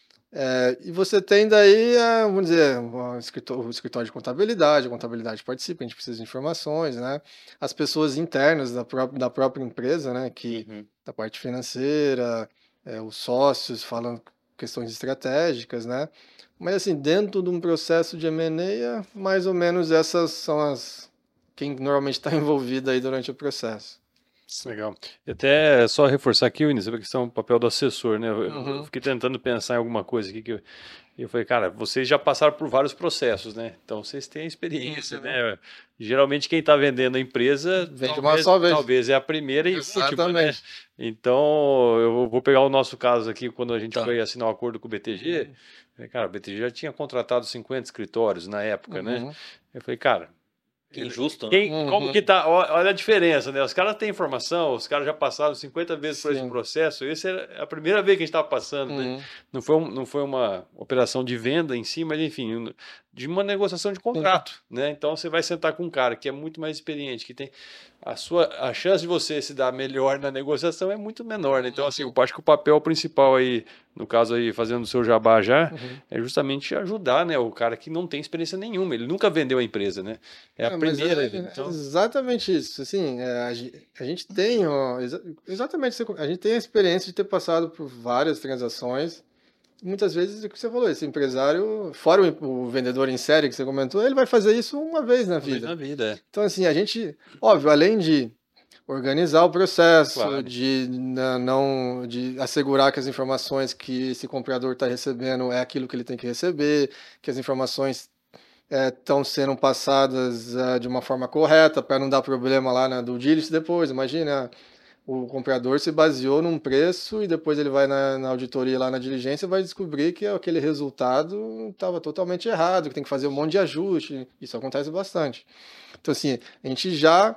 E você tem daí, vamos dizer, o escritório de contabilidade, a contabilidade participa, a gente precisa de informações, né? As pessoas internas da própria empresa, né? Da parte financeira, os sócios falam questões estratégicas, né? Mas assim, dentro de um processo de M&A, mais ou menos essas são quem normalmente está envolvido aí durante o processo. Legal. E até só reforçar aqui, Winnie, sobre a questão do papel do assessor, né? Eu Uhum. fiquei tentando pensar em alguma coisa aqui que eu falei, cara, vocês já passaram por vários processos, né? Então vocês têm a experiência, Uhum. né? Geralmente quem está vendendo a empresa Vende uma só vez. talvez é a primeira e última, né? Exatamente. Então eu vou pegar o nosso caso aqui, quando a gente Tá. foi assinar o acordo com o BTG, cara, o BTG já tinha contratado 50 escritórios na época, né? Uhum. Eu falei, cara, Que injusto, né? como Uhum. que tá? Olha a diferença, né? Os caras têm informação, os caras já passaram 50 vezes por esse Sim. processo. Essa é a primeira vez que a gente estava passando, né? Uhum. Não foi uma operação de venda em si, mas enfim, de uma negociação de contrato, né? Então você vai sentar com um cara que é muito mais experiente, que tem a chance de você se dar melhor na negociação é muito menor, né? Então, assim, eu acho que o papel principal aí, no caso aí, fazendo o seu jabá já, Uhum. é justamente ajudar, né? O cara que não tem experiência nenhuma, ele nunca vendeu a empresa, né? É a Mas primeira, é então... exatamente isso. Assim, a gente tem, ó, exatamente, a gente tem a experiência de ter passado por várias transações. Muitas vezes, é o que você falou, esse empresário, fora o vendedor em série que você comentou, ele vai fazer isso uma vez na vida. Na vida, é. Então, assim, a gente, óbvio, além de organizar o processo, Claro. de assegurar que as informações que esse comprador está recebendo é aquilo que ele tem que receber, que as informações estão sendo passadas de uma forma correta para não dar problema lá na due diligence depois. Imagina, o comprador se baseou num preço e depois ele vai na auditoria lá na diligência e vai descobrir que aquele resultado estava totalmente errado, que tem que fazer um monte de ajuste. Isso acontece bastante. Então, assim, a gente já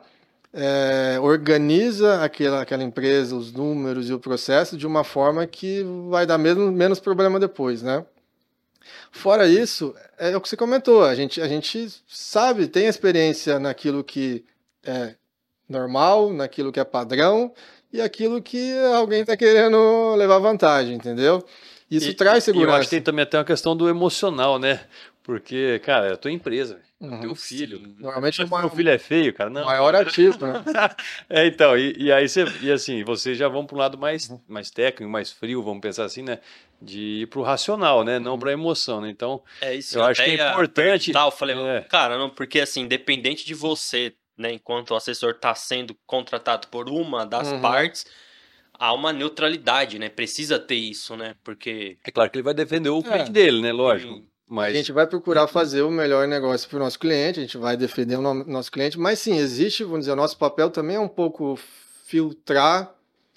organiza aquela empresa, os números e o processo de uma forma que vai dar menos problema depois, né? Fora isso, é o que você comentou, a gente sabe, tem experiência naquilo que é normal, naquilo que é padrão e aquilo que alguém está querendo levar vantagem, entendeu? Isso traz E eu acho que segurança. tem também até uma questão do emocional, né? Porque, cara, é a tua empresa, é o Uhum. teu filho. Normalmente é Meu filho é feio, cara. Não. maior ativo, né? Então, e aí assim, vocês já vão para um lado mais técnico, mais frio, vamos pensar assim, né? De ir pro racional, né? Não pra emoção, né? Então, É isso, eu acho até que é ia importante. perguntar, eu falei, É. cara, não, porque assim, independente de você, né, enquanto o assessor está sendo contratado por uma das Uhum. partes, há uma neutralidade, né? Precisa ter isso, né? Porque É claro que ele vai defender o cliente dele, né? Lógico. Sim. A Mas gente vai procurar fazer o melhor negócio para o nosso cliente, a gente vai defender o nosso cliente, mas sim, existe, vamos dizer, o nosso papel também é um pouco filtrar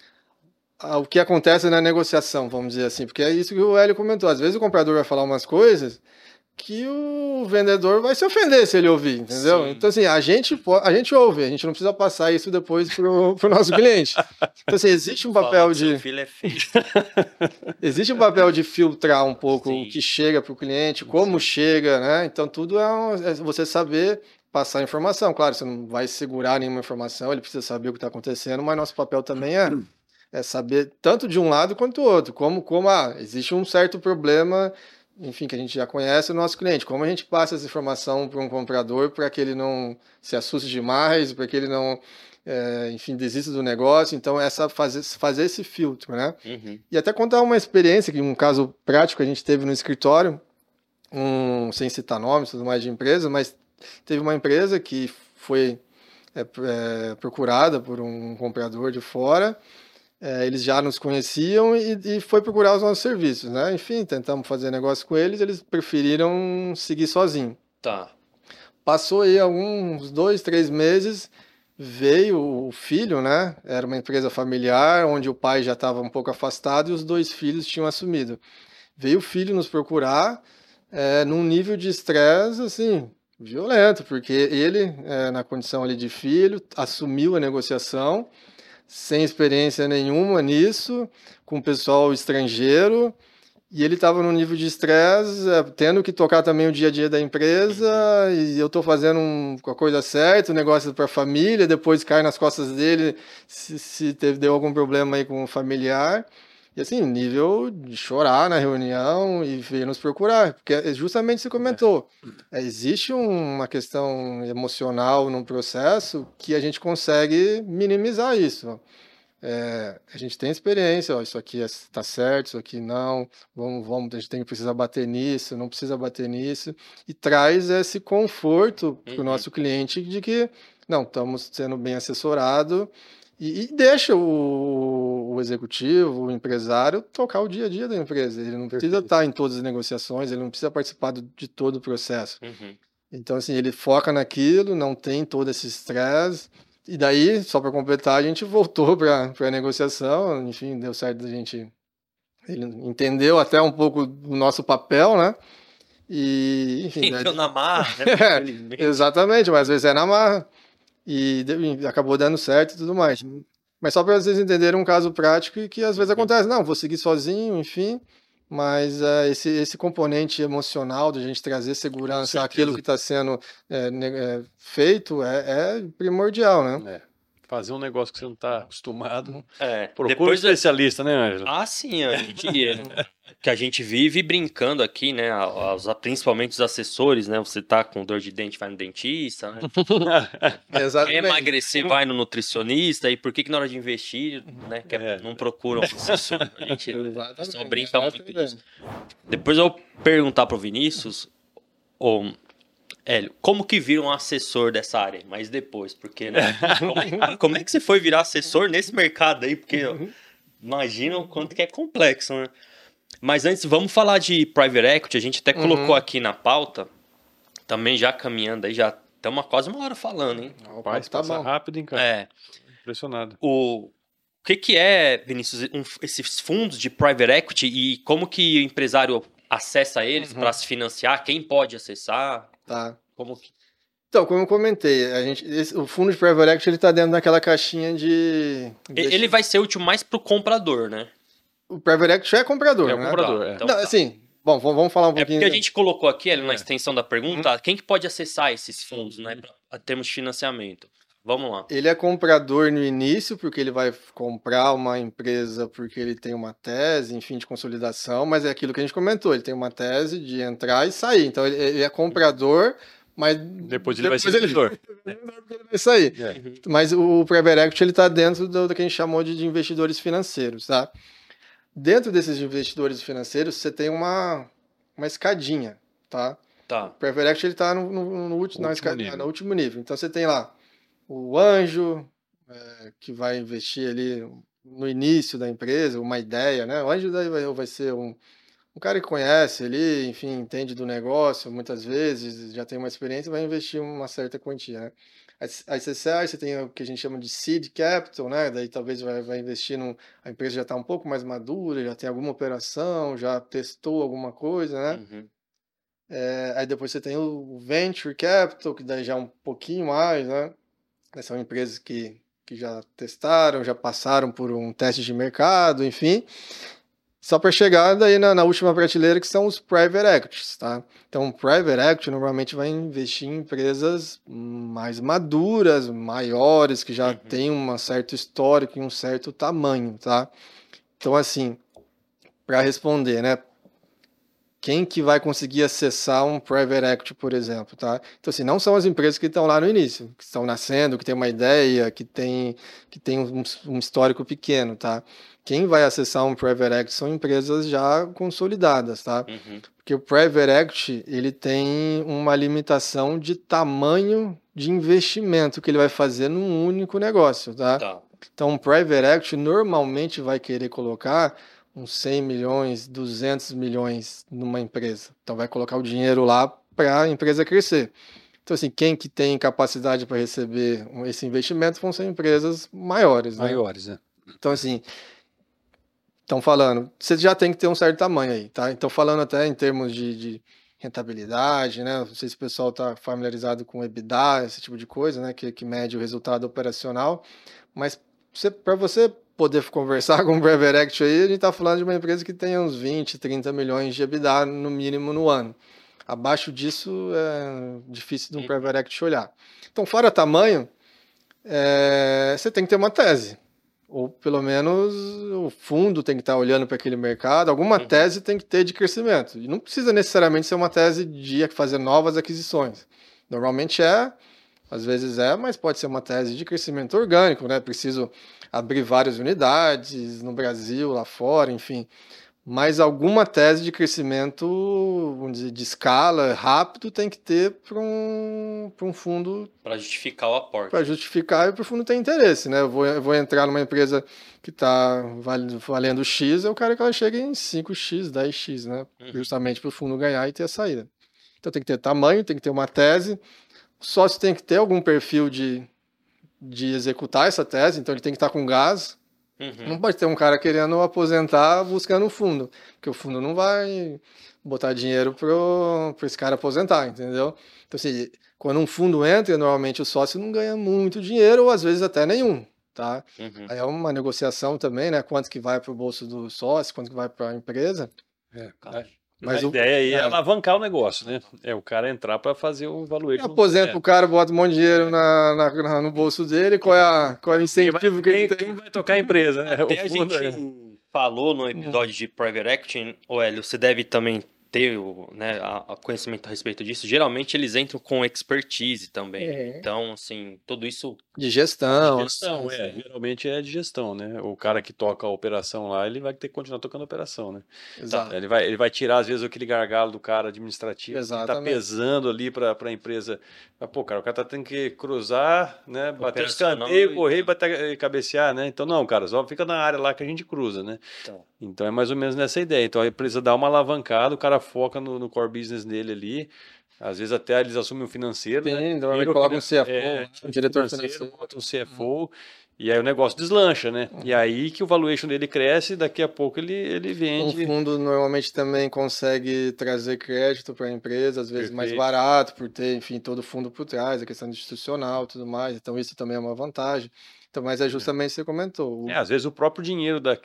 o que acontece na negociação, vamos dizer assim, porque é isso que o Hélio comentou. Às vezes o comprador vai falar umas coisas que o vendedor vai se ofender se ele ouvir, entendeu? Sim. Então, assim, a gente ouve, a gente não precisa passar isso depois pro nosso cliente. Então, assim, existe um papel falou que seu de... filho é feio. Existe um papel de filtrar um pouco Sim. o que chega para o cliente, como chega, né? Então, tudo é você saber passar informação. Claro, você não vai segurar nenhuma informação, ele precisa saber o que está acontecendo, mas nosso papel também é saber tanto de um lado quanto do outro. Como existe um certo problema, enfim, que a gente já conhece o nosso cliente. Como a gente passa essa informação para um comprador para que ele não se assuste demais, para que ele não, enfim, desista do negócio. Então, fazer esse filtro, né? Uhum. E até contar uma experiência, um caso prático que a gente teve no escritório, sem citar nomes, tudo mais de empresa, mas teve uma empresa que foi procurada por um comprador de fora. Eles já nos conheciam e foi procurar os nossos serviços, né? Enfim, tentamos fazer negócio com eles, eles preferiram seguir sozinho. Tá. Passou aí alguns 2, 3 meses, veio o filho, né? Era uma empresa familiar, onde o pai já estava um pouco afastado e os 2 filhos tinham assumido. Veio o filho nos procurar num nível de estresse, assim, violento, porque ele, na condição ali de filho, assumiu a negociação, sem experiência nenhuma nisso, com o pessoal estrangeiro, e ele estava num nível de estresse, tendo que tocar também o dia a dia da empresa, e eu estou fazendo a coisa certa, o negócio para a família, depois cai nas costas dele se deu algum problema aí com o familiar. E assim, nível de chorar na reunião e vir nos procurar, porque justamente você comentou, existe uma questão emocional no processo que a gente consegue minimizar isso. A gente tem experiência, ó, isso aqui está certo, isso aqui não, a gente tem que precisar bater nisso, não precisa bater nisso, e traz esse conforto para o nosso cliente de que, não, estamos sendo bem assessorados E deixa o executivo, o empresário, tocar o dia a dia da empresa. Ele não precisa estar em todas as negociações, ele não precisa participar de todo o processo. Então, assim, ele foca naquilo, não tem todo esse estresse. E daí, só para completar, a gente voltou para a negociação. Enfim, deu certo a gente. Ele entendeu até um pouco do nosso papel, né? E, enfim. Então, na marra, né? Exatamente, mas às vezes é na marra. E acabou dando certo e tudo mais. Mas só para vocês entenderem um caso prático e que às vezes acontece. Não, vou seguir sozinho, enfim. Mas esse componente emocional de a gente trazer segurança àquilo que está sendo feito é primordial, né? Fazer um negócio que você não está acostumado. Procura um especialista, né, Ângelo? Ah, sim. Que a gente vive brincando aqui, né? Principalmente os assessores, né? Você tá com dor de dente, vai no dentista, né? Exatamente. Quer emagrecer, vai no nutricionista. E por que na hora de investir, né? Não procuram assessor? A gente só brinca muito disso. Depois eu vou perguntar pro Vinícius... Hélio, como que vira um assessor dessa área? Mas depois, porque, né? Como é que você foi virar assessor nesse mercado aí? Porque imagina o quanto que é complexo, né? Mas antes, vamos falar de private equity. A gente até colocou aqui na pauta, também já caminhando aí, já estamos quase uma hora falando, hein? Rapaz, tá bom. Rápido, hein, cara? Impressionado. O que é, Vinícius, esses fundos de private equity e como que o empresário acessa eles para se financiar? Quem pode acessar? Tá. Então, como eu comentei, o fundo de private equity está dentro daquela caixinha de... Ele vai ser útil mais para o comprador, né? O private equity é comprador, né? Comprador, Então, não, assim, bom, vamos falar um pouquinho... porque a gente colocou aqui, na extensão da pergunta, quem que pode acessar esses fundos, né? Em termos de financiamento. Vamos lá. Ele é comprador no início, porque ele vai comprar uma empresa porque ele tem uma tese, enfim, de consolidação, mas é aquilo que a gente comentou, ele tem uma tese de entrar e sair. Então, ele é comprador, mas... Depois ele vai ser investidor. Ele vai sair. Mas o private equity, ele está dentro do que a gente chamou de investidores financeiros, tá? Dentro desses investidores financeiros, você tem uma escadinha, tá? O private equity, ele está no último nível. Então, você tem lá o anjo, que vai investir ali no início da empresa, uma ideia, né? O anjo daí vai ser um cara que conhece ali, enfim, entende do negócio, muitas vezes, já tem uma experiência e vai investir uma certa quantia, né? Aí você tem o que a gente chama de seed capital, né? Daí talvez vai investir a empresa já está um pouco mais madura, já tem alguma operação, já testou alguma coisa, né? Aí depois você tem o venture capital, que daí já é um pouquinho mais, né? São empresas que já testaram, já passaram por um teste de mercado, enfim. Só para chegar daí na última prateleira, que são os private equities, tá? Então, o private equity normalmente vai investir em empresas mais maduras, maiores, que já têm um certo histórico e um certo tamanho, tá? Então, assim, para responder, né? Quem que vai conseguir acessar um private equity, por exemplo, tá? Então, assim, não são as empresas que estão lá no início, que estão nascendo, que tem uma ideia, que tem um histórico pequeno, tá? Quem vai acessar um private equity são empresas já consolidadas, tá? Porque o private equity, ele tem uma limitação de tamanho de investimento que ele vai fazer num único negócio, tá? Então, um private equity normalmente vai querer colocar uns 100 milhões, 200 milhões numa empresa. Então, vai colocar o dinheiro lá para a empresa crescer. Então, assim, quem que tem capacidade para receber esse investimento vão ser empresas maiores, né? Maiores, né? Então, assim, estão falando, você já tem que ter um certo tamanho aí, tá? Então, falando até em termos de rentabilidade, né? Não sei se o pessoal está familiarizado com EBITDA, esse tipo de coisa, né? Que mede o resultado operacional. Mas, para você poder conversar com o private equity aí, a gente está falando de uma empresa que tem uns 20, 30 milhões de EBITDA no mínimo no ano. Abaixo disso é difícil de um private equity olhar. Então, fora tamanho, você tem que ter uma tese. Ou pelo menos o fundo tem que estar olhando para aquele mercado. Alguma tese tem que ter de crescimento. E não precisa necessariamente ser uma tese de fazer novas aquisições. Normalmente às vezes mas pode ser uma tese de crescimento orgânico, né? Preciso abrir várias unidades no Brasil, lá fora, enfim. mas alguma tese de crescimento, vamos dizer, de escala, rápido, tem que ter para um fundo, Para justificar o aporte. para justificar e para o fundo ter interesse, né? Eu vou entrar numa empresa que está valendo X, é o cara que ela chega em 5x, 10x, né? Justamente para o fundo ganhar e ter a saída. Então tem que ter tamanho, tem que ter uma tese, o sócio tem que ter algum perfil de executar essa tese, então ele tem que estar com gás. Não pode ter um cara querendo aposentar buscando um fundo, porque o fundo não vai botar dinheiro para esse cara aposentar, entendeu? Então, assim, quando um fundo entra, normalmente o sócio não ganha muito dinheiro, ou às vezes até nenhum, tá? Aí é uma negociação também, né? Quanto que vai para o bolso do sócio, quanto que vai para a empresa. Mas a ideia aí é alavancar o negócio, né? É o cara entrar para fazer o valuation. Aposenta o cara, bota um monte de dinheiro no bolso dele, qual é o incentivo que ele tem? Quem vai tocar a empresa, né? Até a gente falou no episódio de Private Equity, Hélio, você deve também ter né, a conhecimento a respeito disso. Geralmente eles entram com expertise também. Então, assim, tudo isso... De gestão. Geralmente é de gestão, né? O cara que toca a operação lá, ele vai ter que continuar tocando a operação, né? Exato. Ele vai tirar, às vezes, aquele gargalo do cara administrativo que tá pesando ali para a empresa. Pô, cara, o cara tá tendo que cruzar, né? Bater escanteio, correr e cabecear, né? Então, não, cara, só fica na área lá que a gente cruza, né? Então é mais ou menos nessa ideia. Então a empresa dá uma alavancada, o cara foca no core business dele ali. Às vezes até eles assumem o financeiro, né? Normalmente coloca um CFO, um diretor financeiro. Bota um CFO, e aí o negócio deslancha, né? E aí que o valuation dele cresce, daqui a pouco ele vende. Um fundo normalmente também consegue trazer crédito para a empresa, às vezes mais barato, por ter, enfim, todo o fundo por trás, a questão institucional e tudo mais. Então isso também é uma vantagem. Então, mas é justamente o que você comentou. Às vezes o próprio dinheiro do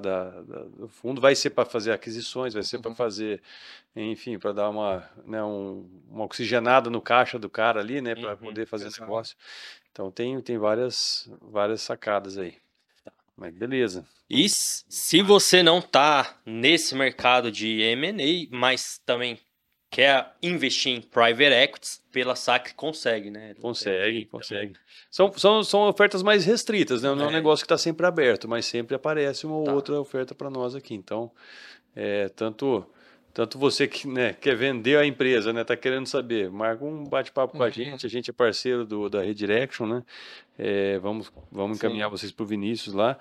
fundo vai ser para fazer aquisições, vai ser para fazer, enfim, para dar uma oxigenada no caixa do cara ali, né, para poder fazer negócio. Então tem várias sacadas aí. Mas beleza. E se você não está nesse mercado de M&A, mas também quer investir em private equities, pela SAC consegue, né? Consegue. São ofertas mais restritas, né? Não é um negócio que está sempre aberto, mas sempre aparece uma ou outra oferta para nós aqui. Então, tanto você que, né, quer vender a empresa, né, tá querendo saber, marca um bate-papo com a gente é parceiro da Redirection, né? Vamos encaminhar vocês para o Vinícius lá.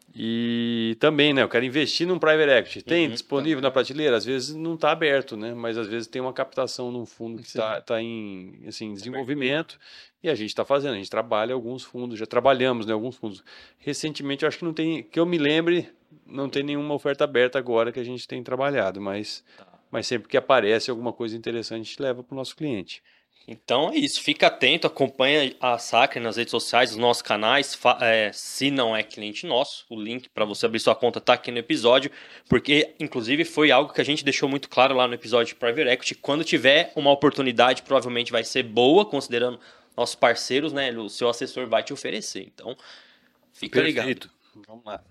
E também, né, eu quero investir num private equity. Tem disponível na prateleira? Às vezes não está aberto, né? Mas às vezes tem uma captação num fundo que está em desenvolvimento e a gente está fazendo. A gente trabalha alguns fundos, já trabalhamos, né, alguns fundos. Recentemente, eu acho que não tem, que eu me lembre, não tem nenhuma oferta aberta agora que a gente tem trabalhado, mas sempre que aparece alguma coisa interessante, a gente leva para o nosso cliente. Então é isso, fica atento, acompanha a Sacre nas redes sociais, nos nossos canais, se não é cliente nosso, o link para você abrir sua conta está aqui no episódio, porque inclusive foi algo que a gente deixou muito claro lá no episódio de Private Equity, quando tiver uma oportunidade, provavelmente vai ser boa, considerando nossos parceiros, né, o seu assessor vai te oferecer, então fica ligado. Vamos lá.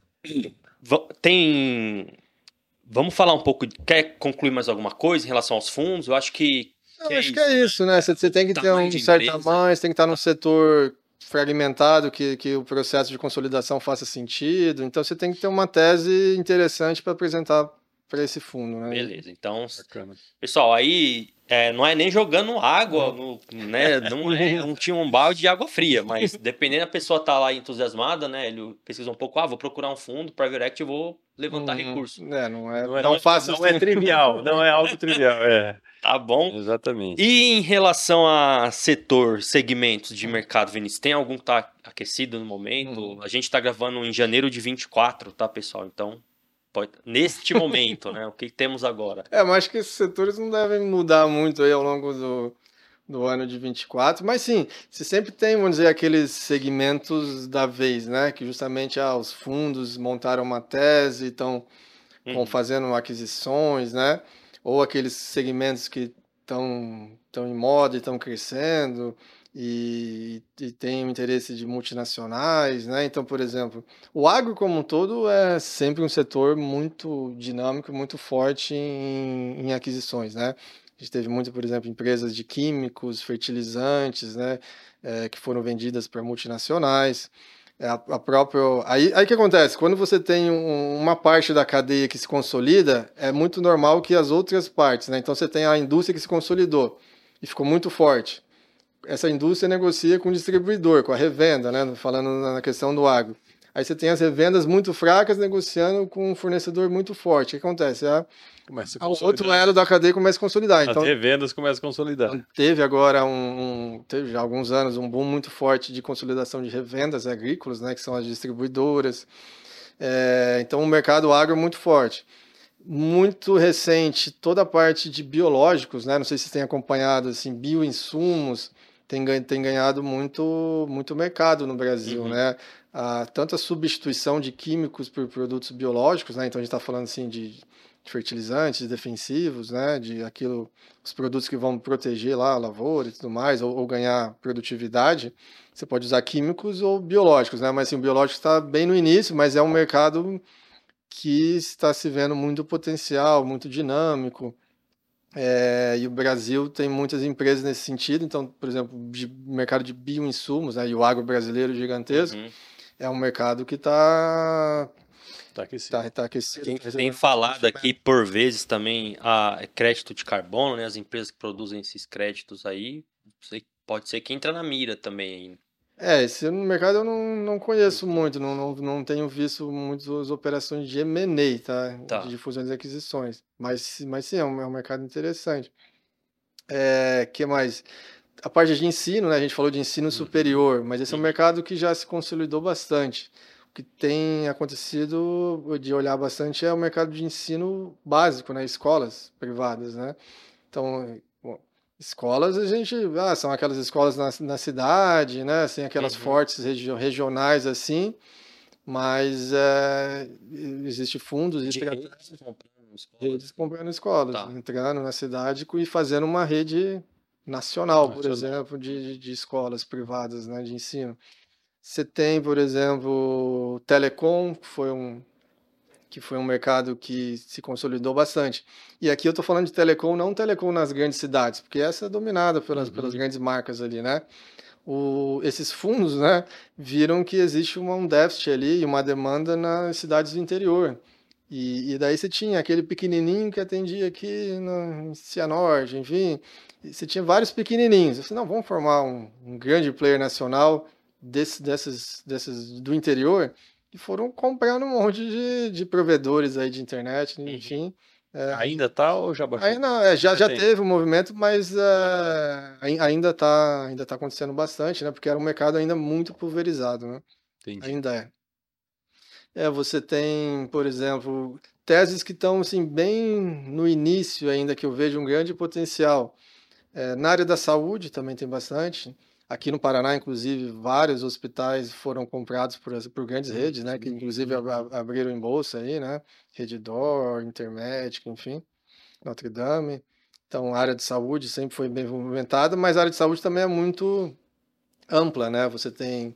Vamos falar um pouco, quer concluir mais alguma coisa em relação aos fundos? Eu acho que acho que é isso, né? Você tem que ter um certo tamanho, você tem que estar num setor fragmentado, que o processo de consolidação faça sentido. Então, você tem que ter uma tese interessante para apresentar para esse fundo, né? Beleza, então, pessoal, aí não é nem jogando água, né? Não tinha um balde de água fria, mas dependendo da pessoa tá lá entusiasmada, né? Ele pesquisa um pouco, vou procurar um fundo, private equity, vou levantar recurso. Não é trivial, não é algo trivial, Tá bom? Exatamente. E em relação a segmentos de mercado, Vinícius, tem algum que tá aquecido no momento? A gente tá gravando em janeiro de 24, tá, pessoal? Então, neste momento, né? O que temos agora? Mas acho que esses setores não devem mudar muito aí ao longo do ano de 24, mas sim, você sempre tem, vamos dizer, aqueles segmentos da vez, né? Que justamente os fundos montaram uma tese, estão fazendo aquisições, né? Ou aqueles segmentos que estão em moda e estão crescendo e tem o interesse de multinacionais, né? Então, por exemplo, o agro como um todo é sempre um setor muito dinâmico, muito forte em aquisições, né? A gente teve muito, por exemplo, empresas de químicos, fertilizantes, né? Que foram vendidas para multinacionais. A própria... Aí que acontece? Quando você tem uma parte da cadeia que se consolida, é muito normal que as outras partes, né? Então você tem a indústria que se consolidou e ficou muito forte. Essa indústria negocia com o distribuidor, com a revenda, né? Falando na questão do agro. Aí você tem as revendas muito fracas negociando com um fornecedor muito forte. O que acontece? Começa a O consolidar. outro elo da cadeia começa a consolidar. Então, As revendas começam a consolidar. teve agora teve já há alguns anos um boom muito forte de consolidação de revendas agrícolas, né, que são as distribuidoras. Então o mercado agro é muito forte. Muito recente, toda a parte de biológicos, né, não sei se vocês têm acompanhado, assim, bioinsumos, tem ganhado muito mercado no Brasil, né? Tanto a substituição de químicos por produtos biológicos, né? Então a gente está falando assim de fertilizantes defensivos, né? Os produtos que vão proteger lá a lavoura e tudo mais, ou ganhar produtividade. Você pode usar químicos ou biológicos, né? Mas assim, o biológico está bem no início, mas é um mercado que está se vendo muito potencial, muito dinâmico. E o Brasil tem muitas empresas nesse sentido. Então, por exemplo, mercado de bioinsumos, né? E o agro brasileiro gigantesco, é um mercado que está aquecido. Tem falado aqui, por vezes, também a crédito de carbono, né? As empresas que produzem esses créditos aí, pode ser que entra na mira também. Esse mercado eu não conheço muito, não tenho visto muitas operações de M&A, tá? De fusões e aquisições, mas sim, é um mercado interessante. Que mais? A parte de ensino, né? A gente falou de ensino superior, mas esse é um mercado que já se consolidou bastante. O que tem acontecido de olhar bastante é o mercado de ensino básico, né? Escolas privadas, né? Então, escolas, são aquelas escolas na cidade, né? Assim, aquelas fortes regionais, assim, mas existe fundos e redes comprando escolas, entrando na cidade e fazendo uma rede nacional, por exemplo, de escolas privadas, né, de ensino. Você tem, por exemplo, telecom, que foi um mercado que se consolidou bastante. E aqui eu estou falando de telecom, não telecom nas grandes cidades, porque essa é dominada pelas grandes marcas ali, né? Esses fundos, né, viram que existe um déficit ali e uma demanda nas cidades do interior. E daí você tinha aquele pequenininho que atendia aqui em Cianorte, enfim. E você tinha vários pequenininhos. Eu falei, não, vamos formar um grande player nacional desses do interior. E foram comprando um monte de provedores aí de internet, enfim. Ainda tá ou já baixou? Já teve um movimento, mas ainda tá acontecendo bastante, né? Porque era um mercado ainda muito pulverizado, né? Entendi. Ainda é. Você tem, por exemplo, teses que estão assim, bem no início ainda, que eu vejo um grande potencial. Na área da saúde também tem bastante. Aqui no Paraná, inclusive, vários hospitais foram comprados por grandes redes, né? Que inclusive abriram em bolsa aí, né? Redditor, Intermédica, enfim, Notre Dame. Então, a área de saúde sempre foi bem movimentada, mas a área de saúde também é muito ampla, né? Você tem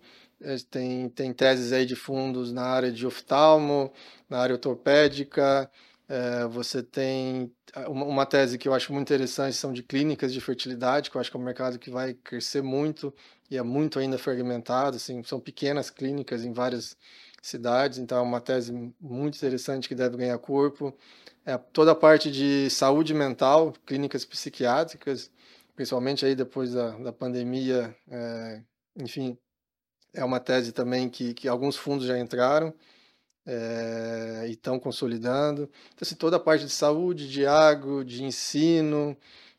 teses aí de fundos na área de oftalmo, na área ortopédica. Você tem uma tese que eu acho muito interessante, são de clínicas de fertilidade, que eu acho que é um mercado que vai crescer muito e é muito ainda fragmentado, assim, são pequenas clínicas em várias cidades, então é uma tese muito interessante que deve ganhar corpo. Toda a parte de saúde mental, clínicas psiquiátricas, principalmente aí depois da pandemia, enfim, é uma tese também que alguns fundos já entraram e estão consolidando. Então, assim, toda a parte de saúde, de agro, de ensino,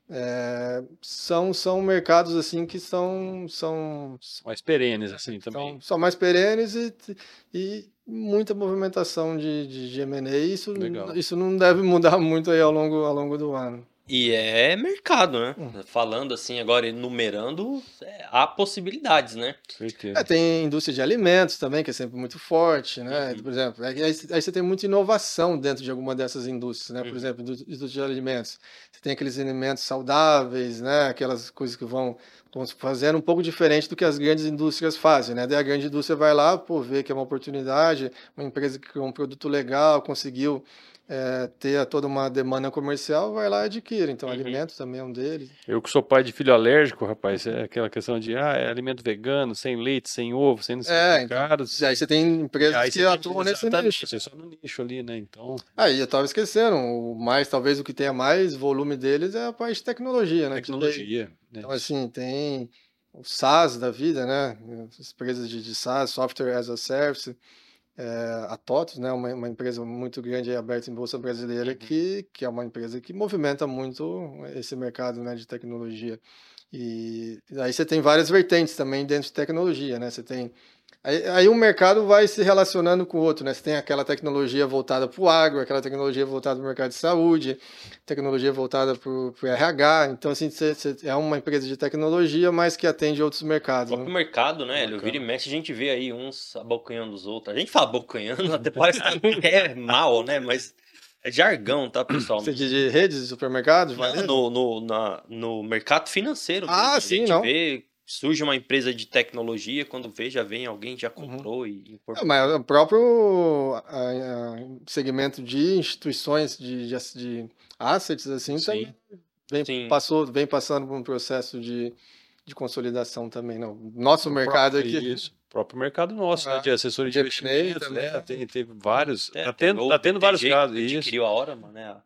são mercados assim que são mais perenes assim também. São mais perenes e muita movimentação de M&A. Isso não deve mudar muito aí ao longo do ano. E é mercado, né? Falando assim, agora enumerando, há possibilidades, né? Certeza. Tem indústria de alimentos também, que é sempre muito forte, né? Por exemplo, aí você tem muita inovação dentro de alguma dessas indústrias, né? Por exemplo, indústria de alimentos. Você tem aqueles alimentos saudáveis, né? Aquelas coisas que vão fazendo um pouco diferente do que as grandes indústrias fazem, né? Daí a grande indústria vai lá, vê que é uma oportunidade, uma empresa que criou um produto legal, conseguiu ter toda uma demanda comercial, vai lá e adquire. Então, Uhum. alimento também é um deles. Eu que sou pai de filho alérgico, rapaz, é aquela questão de, é alimento vegano, sem leite, sem ovo, sem não sei o que, Então, caros. aí você tem empresas Aí que você tem- atuam nesse exatamente, nicho. é só no nicho ali, né? Então, Aí, eu tava esquecendo, talvez o que tenha mais volume deles é a parte de tecnologia, né? tecnologia, né? Então, assim, tem o SaaS da vida, né? As empresas de SaaS, Software as a Service, a TOTOS, né? Uma empresa muito grande aí, aberta em Bolsa Brasileira, Uhum. que é uma empresa que movimenta muito esse mercado, né, de tecnologia. E aí você tem várias vertentes também dentro de tecnologia, né? Você tem aí um mercado vai se relacionando com o outro, né? Você tem aquela tecnologia voltada para o agro, aquela tecnologia voltada para o mercado de saúde, tecnologia voltada para o RH. Então, assim, você é uma empresa de tecnologia, mas que atende outros O mercados, próprio né? mercado, né? Ele vira e mexe, a gente vê aí uns abocanhando os outros. A gente fala abocanhando, até parece que é mal, né? Mas é jargão, tá, pessoal? Você diz de redes de supermercados, Não, varejo? no mercado financeiro mesmo. Ah, A sim, gente não. vê, surge uma empresa de tecnologia, quando vê, já vem alguém, já Uhum. comprou e incorporou. Mas o próprio segmento de instituições de assets, assim, sim. também Sim. vem passando por um processo de consolidação também, não. Nosso O mercado próprio, aqui. isso, o próprio mercado nosso, né, de assessoria de De M&A investimentos, também. teve vários, É, tá tendo vários casos, isso. adquiriu a Orama, né?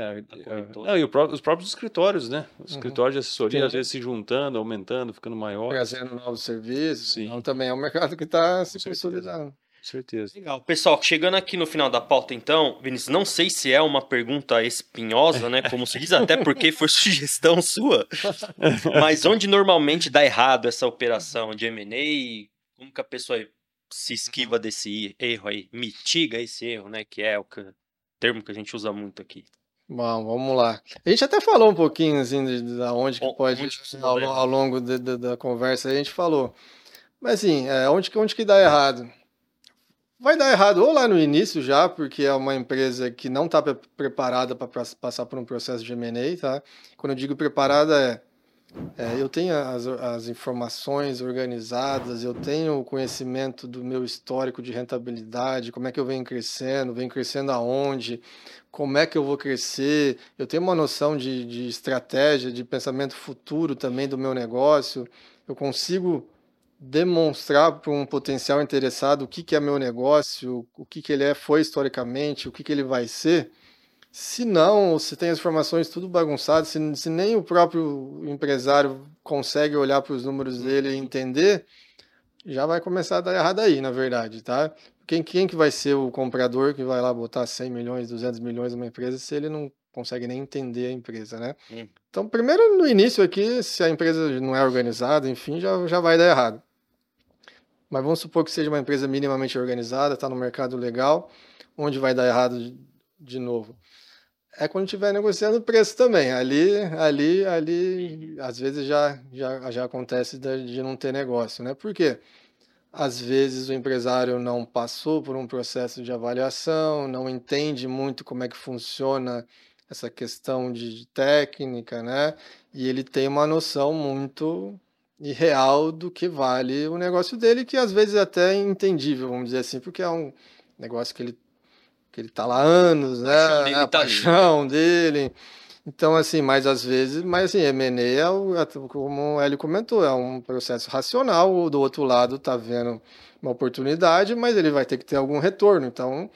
Não, e os próprios escritórios, né? Os escritórios de assessoria, Sim. às vezes se juntando, aumentando, ficando maiores. Trazendo novos serviços. Sim. Então também é um mercado que está se certeza. consolidando. Com certeza. Legal. Pessoal, chegando aqui no final da pauta, então, Vinícius, não sei se é uma pergunta espinhosa, né? Como se diz, até porque foi sugestão sua. Mas onde normalmente dá errado essa operação de M&A? Como que a pessoa se esquiva desse erro aí? Mitiga esse erro, né? Que é o termo que a gente usa muito aqui. Bom, vamos lá. A gente até falou um pouquinho assim de onde que pode, Onde isso ao, dá errado? ao longo da conversa, a gente falou. Mas assim, onde que dá errado? Vai dar errado ou lá no início já, porque é uma empresa que não está preparada para passar por um processo de M&A, tá? Quando eu digo preparada, eu tenho as informações organizadas, eu tenho o conhecimento do meu histórico de rentabilidade, como é que eu venho crescendo aonde, como é que eu vou crescer, eu tenho uma noção de estratégia, de pensamento futuro também do meu negócio, eu consigo demonstrar para um potencial interessado o que é meu negócio, o que ele foi historicamente, o que ele vai ser. Se não, se tem as informações tudo bagunçado, se nem o próprio empresário consegue olhar para os números dele e entender, já vai começar a dar errado aí, na verdade, tá? Quem que vai ser o comprador que vai lá botar 100 milhões, 200 milhões numa empresa se ele não consegue nem entender a empresa, né? Então, primeiro, no início aqui, se a empresa não é organizada, enfim, já vai dar errado. Mas vamos supor que seja uma empresa minimamente organizada, está no mercado legal, onde vai dar errado de novo? É quando estiver negociando o preço também. Ali, às vezes já acontece de não ter negócio, né? Por quê? Às vezes o empresário não passou por um processo de avaliação, não entende muito como é que funciona essa questão de técnica, né? E ele tem uma noção muito irreal do que vale o negócio dele, que às vezes é até entendível, vamos dizer assim, porque é um negócio que ele tá lá há anos, né? Paixão dele A tá ali, paixão dele. Então, assim, mas às vezes, mas assim, M&A como o Hélio comentou, é um processo racional, o do outro lado tá vendo uma oportunidade, mas ele vai ter que ter algum retorno. Então,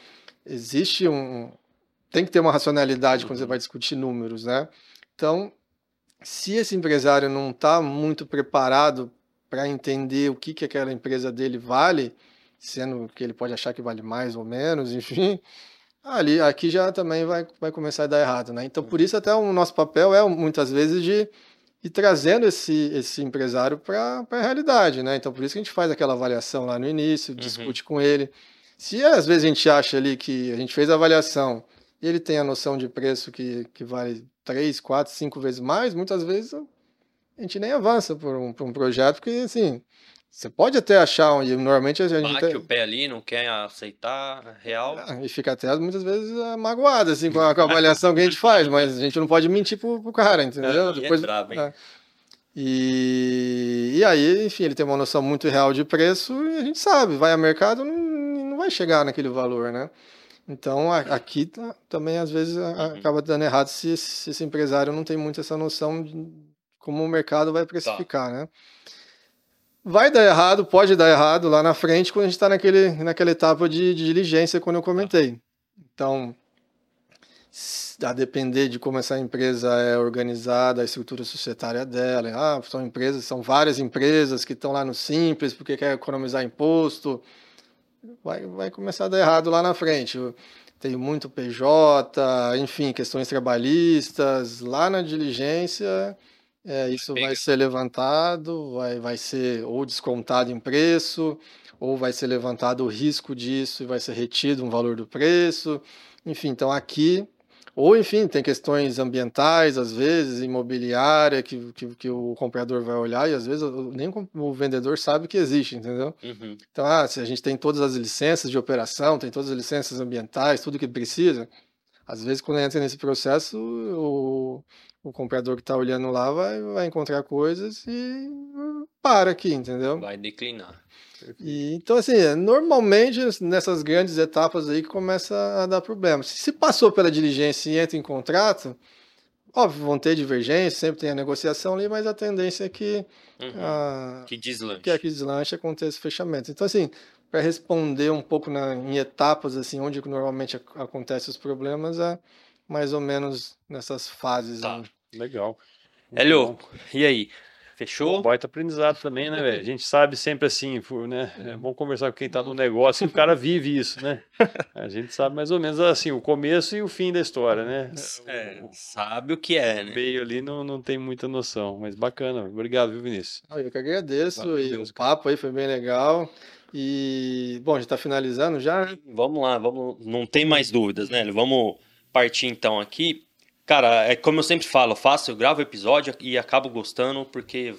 tem que ter uma racionalidade quando você vai discutir números, né? Então, se esse empresário não está muito preparado para entender o que aquela empresa dele vale, sendo que ele pode achar que vale mais ou menos, enfim, aqui já também vai começar a dar errado, né? Então, por isso até o nosso papel é muitas vezes de ir trazendo esse empresário para a realidade, né? Então, por isso que a gente faz aquela avaliação lá no início, discute com ele. Se às vezes a gente acha ali que a gente fez a avaliação e ele tem a noção de preço que vale 3, 4, 5 vezes mais, muitas vezes a gente nem avança por um projeto, porque assim, você pode até achar, e normalmente a gente Bate o pé ali, não quer aceitar real. e fica até muitas vezes magoado assim, com a avaliação que a gente faz, mas a gente não pode mentir pro cara, entendeu? Depois, é brabo, hein? E aí, enfim, ele tem uma noção muito real de preço e a gente sabe, vai ao mercado, não vai chegar naquele valor, né? Então, aqui também, às vezes, acaba dando errado se esse empresário não tem muito essa noção de como o mercado vai precificar, né? Vai dar errado, pode dar errado lá na frente quando a gente está naquela etapa de diligência, quando eu comentei. Então, a depender de como essa empresa é organizada, a estrutura societária dela, são várias empresas que estão lá no Simples porque quer economizar imposto, vai começar a dar errado lá na frente. Tem muito PJ, enfim, questões trabalhistas, lá na diligência, isso vai ser levantado, vai ser ou descontado em preço, ou vai ser levantado o risco disso e vai ser retido um valor do preço. Enfim, então aqui, ou enfim, tem questões ambientais, às vezes, imobiliária, que o comprador vai olhar e às vezes nem o vendedor sabe que existe, entendeu? Uhum. Então, se a gente tem todas as licenças de operação, tem todas as licenças ambientais, tudo que precisa, às vezes quando entra nesse processo, o comprador que está olhando lá vai encontrar coisas e para aqui, entendeu? Vai declinar. Então, assim, normalmente nessas grandes etapas aí que começa a dar problema. Se passou pela diligência e entra em contrato, óbvio, vão ter divergências, sempre tem a negociação ali, mas a tendência é que que deslanche. Que deslanche aconteça o fechamento. Então, assim, para responder um pouco em etapas, assim, onde normalmente acontecem os problemas, é mais ou menos nessas fases. Tá. Né? Legal. Hélio, e aí? Fechou? Baita aprendizado também, né, velho? A gente sabe sempre assim, né? É bom conversar com quem tá no negócio e o cara vive isso, né? A gente sabe mais ou menos assim, o começo e o fim da história, né? Sabe o que é, né? O meio ali não tem muita noção, mas bacana. Obrigado, viu, Vinícius? Eu que agradeço, Valeu, e Deus, o papo aí foi bem legal. E, bom, a gente está finalizando já. Vamos lá, não tem mais dúvidas, né, Hélio? Vamos partir então aqui. Cara, é como eu sempre falo, eu gravo o episódio e acabo gostando porque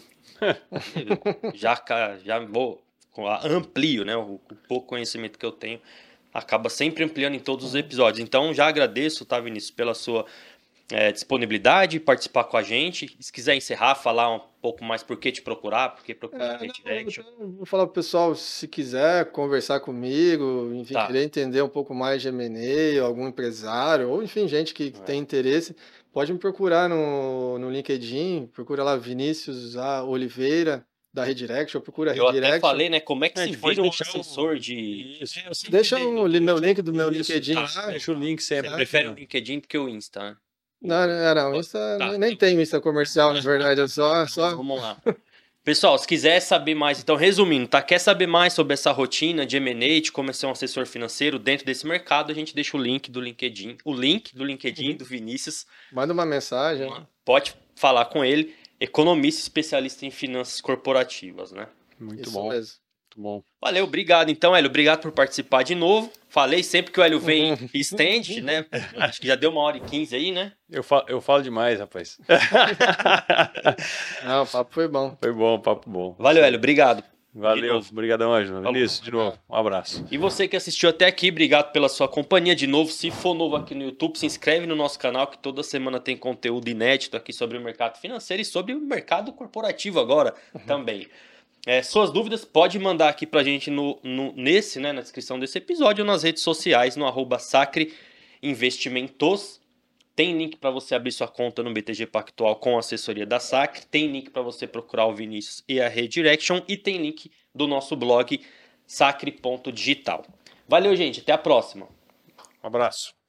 já vou amplio, né? O pouco conhecimento que eu tenho acaba sempre ampliando em todos os episódios. Então já agradeço, tá, Vinícius, pela sua disponibilidade, participar com a gente. Se quiser encerrar, falar um pouco mais por que te procurar, por que procurar a Redirection. Vou falar pro pessoal, se quiser conversar comigo, enfim, querer entender um pouco mais de M&A, algum empresário, ou enfim, gente que tem interesse, pode me procurar no LinkedIn, procura lá Vinícius Oliveira, da Redirection, procura Eu Redirection. até falei, né, como é que se vira um assessor de... Deixa o meu link do meu LinkedIn lá. Deixa o link sempre. Você prefere o LinkedIn do que o Insta, né? Não, Insta, nem tem Insta comercial, na verdade, eu só... Vamos lá. Pessoal, se quiser saber mais, então resumindo, tá? Quer saber mais sobre essa rotina de M&A, de como ser um assessor financeiro dentro desse mercado, a gente deixa o link do LinkedIn, do Vinícius. Manda uma mensagem. Pode falar com ele, economista especialista em finanças corporativas, né? Muito Isso bom. mesmo. Muito bom. Valeu, obrigado então, Hélio. Obrigado por participar de novo. Falei sempre que o Hélio vem e estende, né? Acho que já deu 1h15 aí, né? Eu falo demais, rapaz. Não, o papo foi bom. Foi bom, papo bom. Valeu, Hélio. Obrigado. Valeu. Obrigadão, Ângelo. Vinícius, de novo. Um abraço. E você que assistiu até aqui, obrigado pela sua companhia. De novo, se for novo aqui no YouTube, se inscreve no nosso canal, que toda semana tem conteúdo inédito aqui sobre o mercado financeiro e sobre o mercado corporativo agora também. Suas dúvidas, pode mandar aqui pra gente na descrição desse episódio ou nas redes sociais, no @SacreInvestimentos. Tem link para você abrir sua conta no BTG Pactual com a assessoria da Sacre. Tem link para você procurar o Vinícius e a Redirection. E tem link do nosso blog sacre.digital. Valeu, gente. Até a próxima. Um abraço.